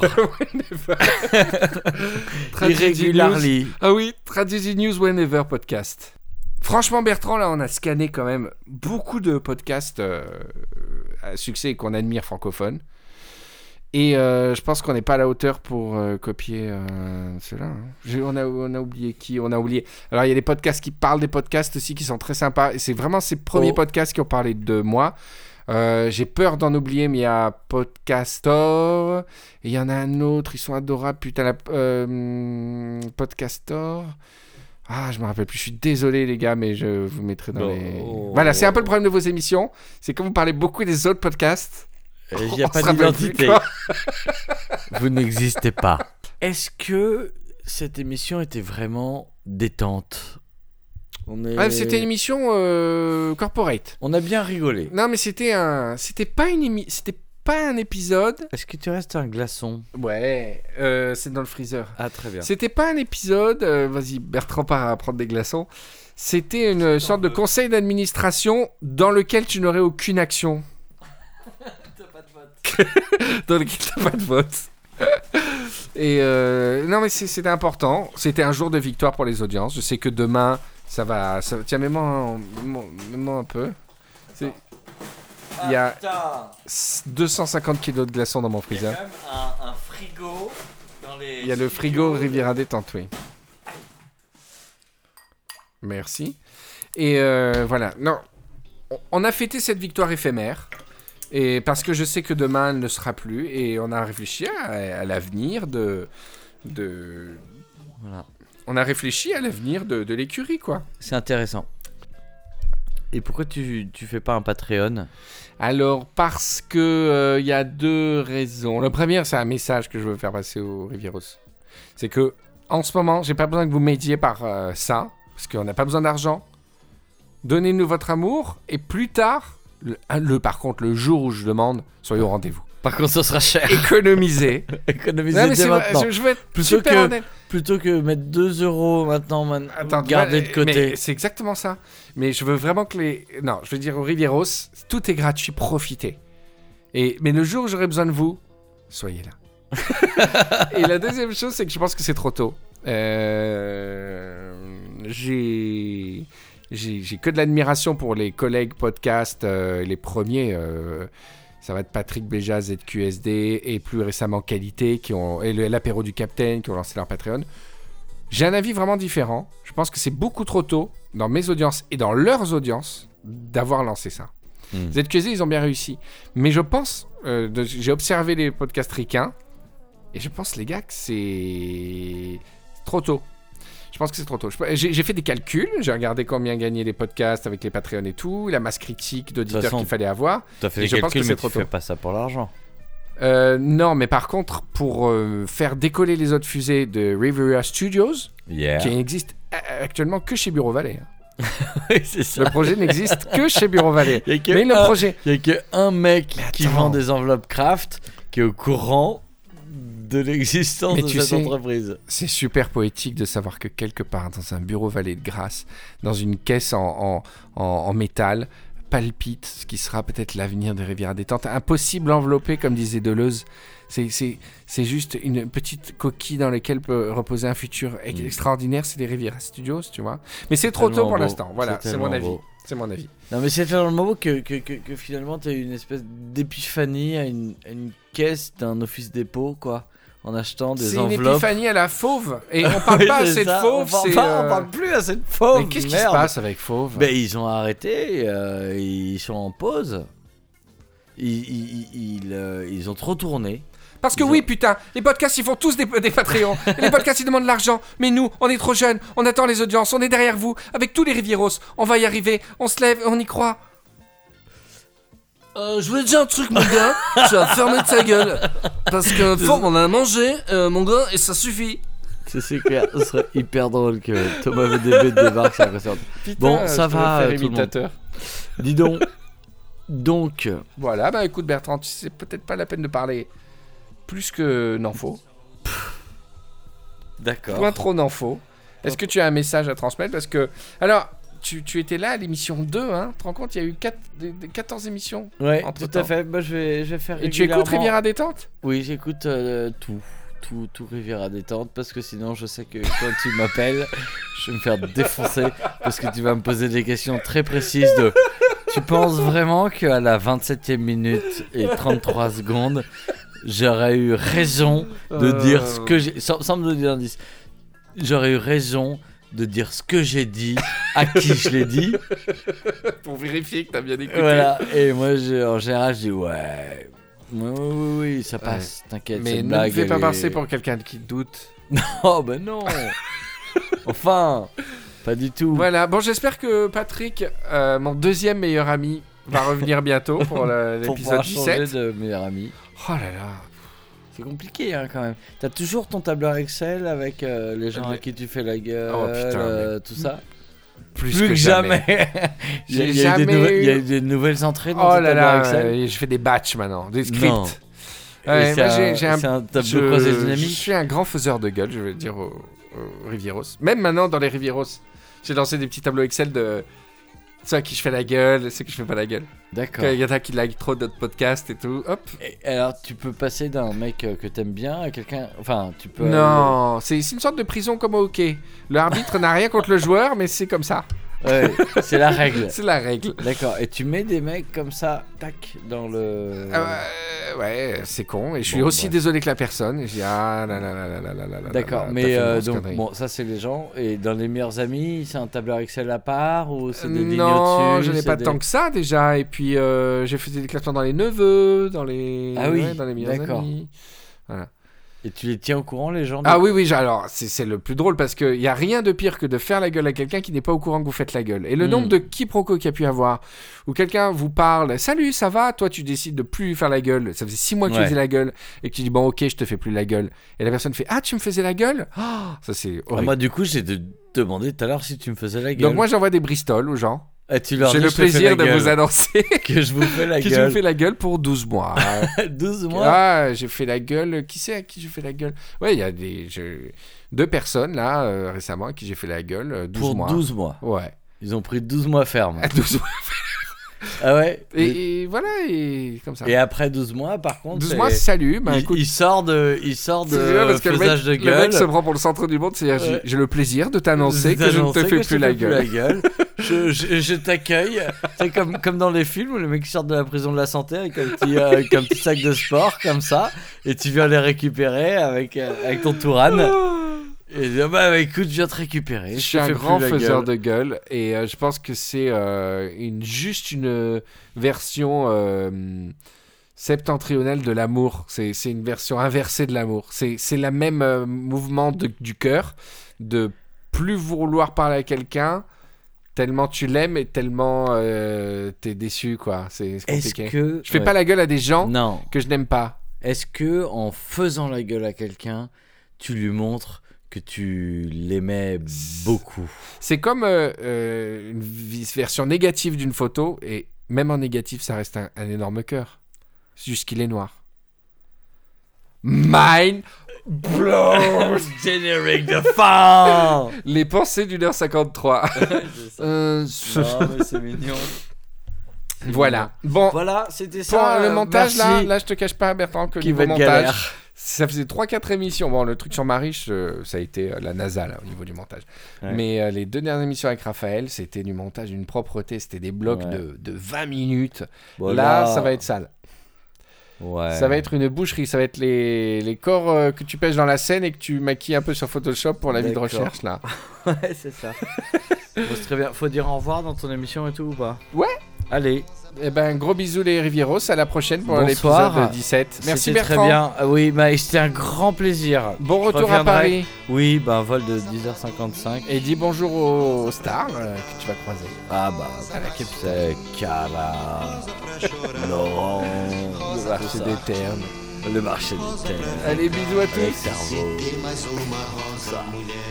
Tragedy News. Irregularly. Ah oui, Tragedy News Whenever podcast. Franchement, Bertrand, là, on a scanné quand même beaucoup de podcasts euh, à succès et qu'on admire francophones. Et euh, je pense qu'on n'est pas à la hauteur pour euh, copier euh, cela. Hein. Je- on, a, on a oublié qui On a oublié. Alors, il y a des podcasts qui parlent des podcasts aussi qui sont très sympas. Et c'est vraiment ces premiers Oh. podcasts qui ont parlé de moi. Euh, j'ai peur d'en oublier, mais il y a Podcastor. Et il y en a un autre, ils sont adorables. Putain, la, euh, Podcastor. Ah, je me rappelle plus. Je suis désolé, les gars, mais je vous mettrai dans Non. les. Voilà, c'est un peu le problème de vos émissions. C'est que vous parlez beaucoup des autres podcasts. Il n'y a On pas se rappelle plus, d'identité. quoi. Vous n'existez pas. Est-ce que cette émission était vraiment détente? On est... Ah, c'était une émission euh, corporate. On a bien rigolé. Non, mais c'était un. C'était pas une émi... C'était pas un épisode. Est-ce que tu restes un glaçon? Ouais. euh, c'est dans le freezer. Ah, très bien. C'était pas un épisode. euh, Vas-y, Bertrand part à prendre des glaçons. C'était une sorte de conseil d'administration dans lequel tu n'aurais aucune action. Dans lequel t'as pas de vote. Et euh, non, mais c'est- c'était important. C'était un jour de victoire pour les audiences. Je sais que demain, ça va. Ça... Tiens, mets-moi mets-moi- mets-moi un peu. C'est- Il y a s- deux cent cinquante kilos de glaçons dans mon Il y a freezer. quand même un, un frigo dans les. Il y a le frigo Riviera Détente, oui. Merci. Et euh, voilà. Non, on- on a fêté cette victoire éphémère. Et parce que je sais que demain elle ne sera plus. Et on a réfléchi à, à l'avenir de, de. Voilà. On a réfléchi à l'avenir de, de l'écurie, quoi. C'est intéressant. Et pourquoi tu, tu fais pas un Patreon? Alors, parce que il y a deux raisons. La première, c'est un message que je veux faire passer aux Rivieros. C'est que, en ce moment, j'ai pas besoin que vous m'aidiez par euh, ça, parce qu'on n'a pas besoin d'argent. Donnez-nous votre amour, et plus tard, le, le- par contre, le jour où je demande, soyez au rendez-vous. Par contre, ça sera cher. Économisez. Économiser Non, mais dès c'est vrai, maintenant. je, je veux être Plutôt super que- honnête. Plutôt que mettre deux euros maintenant, man... Attends, garder mais- de côté. mais C'est exactement ça. Mais je veux vraiment que les. Non, je veux dire aux Rivieros, tout est gratuit, profitez. Et mais le jour où j'aurai besoin de vous, soyez là. Et la deuxième chose, c'est que je pense que c'est trop tôt. Euh, J'ai. J'ai j'ai que de l'admiration pour les collègues podcast, euh, les premiers. euh, Ça va être Patrick Béja, Z Q S D et plus récemment Qualité qui ont, et le- l'apéro du Capitaine qui ont lancé leur Patreon. J'ai un avis vraiment différent. Je pense que c'est beaucoup trop tôt dans mes audiences et dans leurs audiences d'avoir lancé ça. Hmm. Z Q S D, ils ont bien réussi. Mais je pense, euh, de- j'ai observé les podcasts ricains et je pense, les gars, que c'est trop tôt. Je pense que c'est trop tôt. Je- J'ai j'ai fait des calculs, j'ai regardé combien gagnaient les podcasts avec les Patreons et tout, la masse critique d'auditeurs façon, qu'il fallait avoir. T'as fait Et les je pense calculs, que mais c'est tu trop fais tôt. pas ça pour l'argent. Euh, non, mais par contre, pour euh, faire décoller les autres fusées de Riviera Studios, Yeah. qui n'existe a- actuellement que chez Bureau Vallée. hein. Oui, c'est ça. Le projet n'existe que chez Bureau Vallée. Il y a que Mais le un- projet, Il y a que un mec Mais qui attends. vend des enveloppes craft qui est au courant de l'existence Mais de tu cette sais- entreprise. c'est super poétique de savoir que quelque part dans un Bureau Vallée de Grasse, dans une caisse en, en, en, en métal, palpite ce qui sera peut-être l'avenir de Riviera Détente. Impossible à envelopper, comme disait Deleuze. C'est, c'est, c'est juste une petite coquille dans laquelle peut reposer un futur ex- Mm. extraordinaire. C'est les Riviera Studios, tu vois. Mais c'est trop tôt Tellement pour beau. l'instant. Voilà, C'est c'est mon tellement avis. beau. C'est mon avis. Non, mais c'est tellement beau que, que, que, que finalement t'as eu une espèce d'épiphanie à une, à une caisse d'un office dépôt, quoi, en achetant des C'est une enveloppes. épiphanie à la fauve. Et on parle Oui, pas c'est assez de ça, fauve. On parle, c'est, pas, on euh, parle plus à cette fauve. Mais qu'est-ce qui se merde. passe avec fauve Ben, ils ont arrêté, euh, ils sont en pause. Ils, ils, ils, ils, euh, ils ont trop tourné. Parce que Ils oui, ont- putain, les podcasts, ils font tous des, des Patreons. Et les podcasts, ils demandent de l'argent. Mais nous, on est trop jeunes, on attend les audiences, on est derrière vous, avec tous les Rivieros. On va y arriver, on se lève, on y croit. Euh, je voulais te dire un truc, mon gars. Tu vas fermer ta gueule. Parce que fort, on a mangé, euh, mon gars, et ça suffit. C'est c'est clair, ce serait hyper drôle que Thomas V D B débarque sur la concert. Bon, ça va, euh, tout le monde. Dis donc. Donc, Voilà, bah écoute, Bertrand, tu sais peut-être pas la peine de parler plus que n'en faut. d'accord. Point trop n'en faut. Est-ce que tu as un message à transmettre? Parce que. Alors, tu, tu étais là à l'émission deux, hein? Tu te rends compte, il y a eu quatre, des- des quatorze émissions. Ouais, Entre tout à temps. fait. Bah, je vais, je vais faire Et tu écoutes régulièrement- Riviera Détente? Oui, j'écoute euh, tout. Tout, tout Riviera Détente parce que sinon je sais que quand tu m'appelles, je vais me faire défoncer parce que tu vas me poser des questions très précises de tu penses vraiment qu'à la vingt-septième minute et trente-trois secondes, j'aurais eu raison de Euh. dire ce que j'ai. Sans, sans me donner d'indice. J'aurais eu raison de dire ce que j'ai dit, à qui je l'ai dit. Pour vérifier que t'as bien écouté. Voilà. Et moi, je, en général, je dis ouais. Oui, oui, oui, oui, ça passe, t'inquiète. Mais cette ne me blague, fais pas elle passer est- pour quelqu'un qui doute. Oh, ben non. Enfin, pas du tout. Voilà, bon, j'espère que Patrick, euh, mon deuxième meilleur ami, va revenir bientôt pour le- Pour l'épisode pouvoir changer dix-sept. de meilleur ami. Oh là là. C'est compliqué hein, quand même. T'as toujours ton tableur Excel avec euh, les gens Les- à qui tu fais la gueule, Oh, putain, euh, tout ça. Plus, Plus que jamais. il, y a, J'ai il y a eu des jamais nouvelles- eu- il y a eu des nouvelles entrées dans Oh ton là tableur là, Excel. euh, je fais des batchs maintenant, des scripts. Non. Et Ouais, c'est moi, j'ai- un, j'ai un- c'est un tableau je, croisé je dynamique. suis un grand faiseur de gueule, je veux dire, aux, aux Rivieros. Même maintenant, dans les Rivieros, j'ai lancé des petits tableaux Excel de ceux à qui je fais la gueule, ceux qui je fais pas la gueule. D'accord. Il y en a qui like trop d'autres podcasts et tout, hop. Et alors, tu peux passer d'un mec euh, que t'aimes bien à quelqu'un. Enfin, tu peux. Non, c'est c'est une sorte de prison comme au hockey. Le arbitre n'a rien contre le joueur, mais c'est comme ça. Ouais, c'est la règle. C'est la règle. D'accord. Et tu mets des mecs comme ça, tac, dans le. Euh, ouais, c'est con. Et je suis Bon, aussi bref. désolé que la personne. Et je dis ah là là là là là là là là. D'accord, là, mais t'as fait une euh, grosse donc connerie. bon, ça c'est les gens. Et dans les meilleurs amis, c'est un tableur Excel à part ou c'est des lignes Non, au-dessus je n'ai c'est pas des- tant que ça déjà. Et puis euh, j'ai fait des classements dans les neveux, dans les, Ah oui, ouais, dans les meilleurs d'accord. amis. Voilà. Et tu les tiens au courant les gens. Ah de- oui, oui, j'ai- alors c'est c'est le plus drôle parce qu'il n'y a rien de pire que de faire la gueule à quelqu'un qui n'est pas au courant que vous faites la gueule. Et le Hmm. nombre de quiproquos qu'il y a pu avoir, où quelqu'un vous parle, salut, ça va, toi tu décides de plus lui faire la gueule, ça faisait six mois que tu Ouais. faisais la gueule, et que tu dis bon ok, je te fais plus la gueule. Et la personne fait ah, tu me faisais la gueule. Ah, ça c'est Ah, horrible. moi du coup j'ai de- demandé tout à l'heure si tu me faisais la gueule. Donc moi j'envoie des Bristol aux gens. Et tu leur J'ai dis, le je te fais plaisir la de gueule. vous annoncer que je vous fais la que je gueule. vous fais la gueule pour douze mois. douze mois. Ah, j'ai fait la gueule. Qui c'est à qui j'ai fait la gueule? Ouais, il y a des je- deux personnes là euh, récemment à qui j'ai fait la gueule. euh, douze Pour mois. douze mois. Ouais. Ils ont pris douze mois ferme. À douze mois. Ah ouais. Et, et voilà, et comme ça. Et après douze mois, par contre, douze c'est- mois, salut. Bah il, écoute, il sort de, il sort de c'est vrai parce que le mec, faisage de le gueule. mec se prend pour le centre du monde. C'est-à-dire, j'ai- Ouais. j'ai le plaisir de t'annoncer que je ne te D'annoncer fais que je plus te la fais gueule. gueule. je je, je t'accueille. C'est comme, comme dans les films où les mecs sortent de la prison de la santé avec un petit, euh, avec un petit sac de sport comme ça. Et tu viens les récupérer avec, euh, avec ton Touran. Et dire, bah, bah, écoute, je viens te récupérer. Je te suis un fais grand plus la faiseur gueule. de gueule et euh, je pense que c'est euh, une, juste une euh, version euh, septentrionale de l'amour. C'est c'est une version inversée de l'amour. C'est c'est la même euh, mouvement de- du cœur de plus vouloir parler à quelqu'un tellement tu l'aimes et tellement euh, t'es déçu, quoi. C'est c'est Est-ce compliqué. que. Je fais ouais. pas la gueule à des gens Non. que je n'aime pas. Est-ce que en faisant la gueule à quelqu'un, tu lui montres que tu l'aimais beaucoup? C'est comme euh, euh, une vis- version négative d'une photo, et même en négatif, ça reste un, un énorme cœur. C'est juste qu'il est noir. Mine blown. Générique de fin. Les pensées d'une heure cinquante-trois. Euh, ce- Non, mais c'est mignon. voilà. Bon, Voilà, c'était pour ça. le euh, montage, là, merci. là, je te cache pas, Bertrand, que Qui niveau va être montage, galère. ça faisait trois quatre émissions. Bon, le truc sur Mariche, euh, ça a été euh, la NASA, là, au niveau du montage. Ouais. Mais euh, les deux dernières émissions avec Raphaël, c'était du montage d'une propreté. C'était des blocs Ouais. de, de vingt minutes. Bon, là, ça va être sale. Ouais. Ça va être une boucherie, ça va être les, les corps euh, que tu pêches dans la Seine et que tu maquilles un peu sur Photoshop pour la vie de D'accord. recherche là. Ouais, c'est ça. Bon, c'est très bien. Faut dire au revoir dans ton émission et tout ou pas? Ouais. Allez. Eh ben, gros bisous les Rivieros, à la prochaine pour Bonsoir. l'épisode dix-sept. Merci C'était Bertrand. très bien. Ah oui, bah, c'était un grand plaisir. Bon Je retour à reviendrai. Paris Oui, bah, un vol de dix heures cinquante-cinq. et dis bonjour aux stars euh, que tu vas croiser. Ah bah, À la capitale. c'est Cara, Laurent, Le marché des termes. le marché des terres, Allez, bisous à avec tous. cerveau. Ça.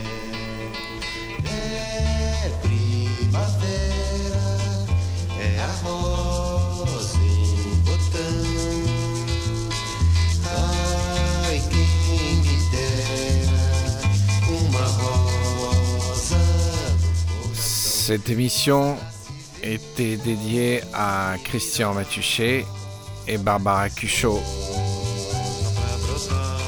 Cette émission était dédiée à Christian Matuchet et Barbara Cuchot. Brota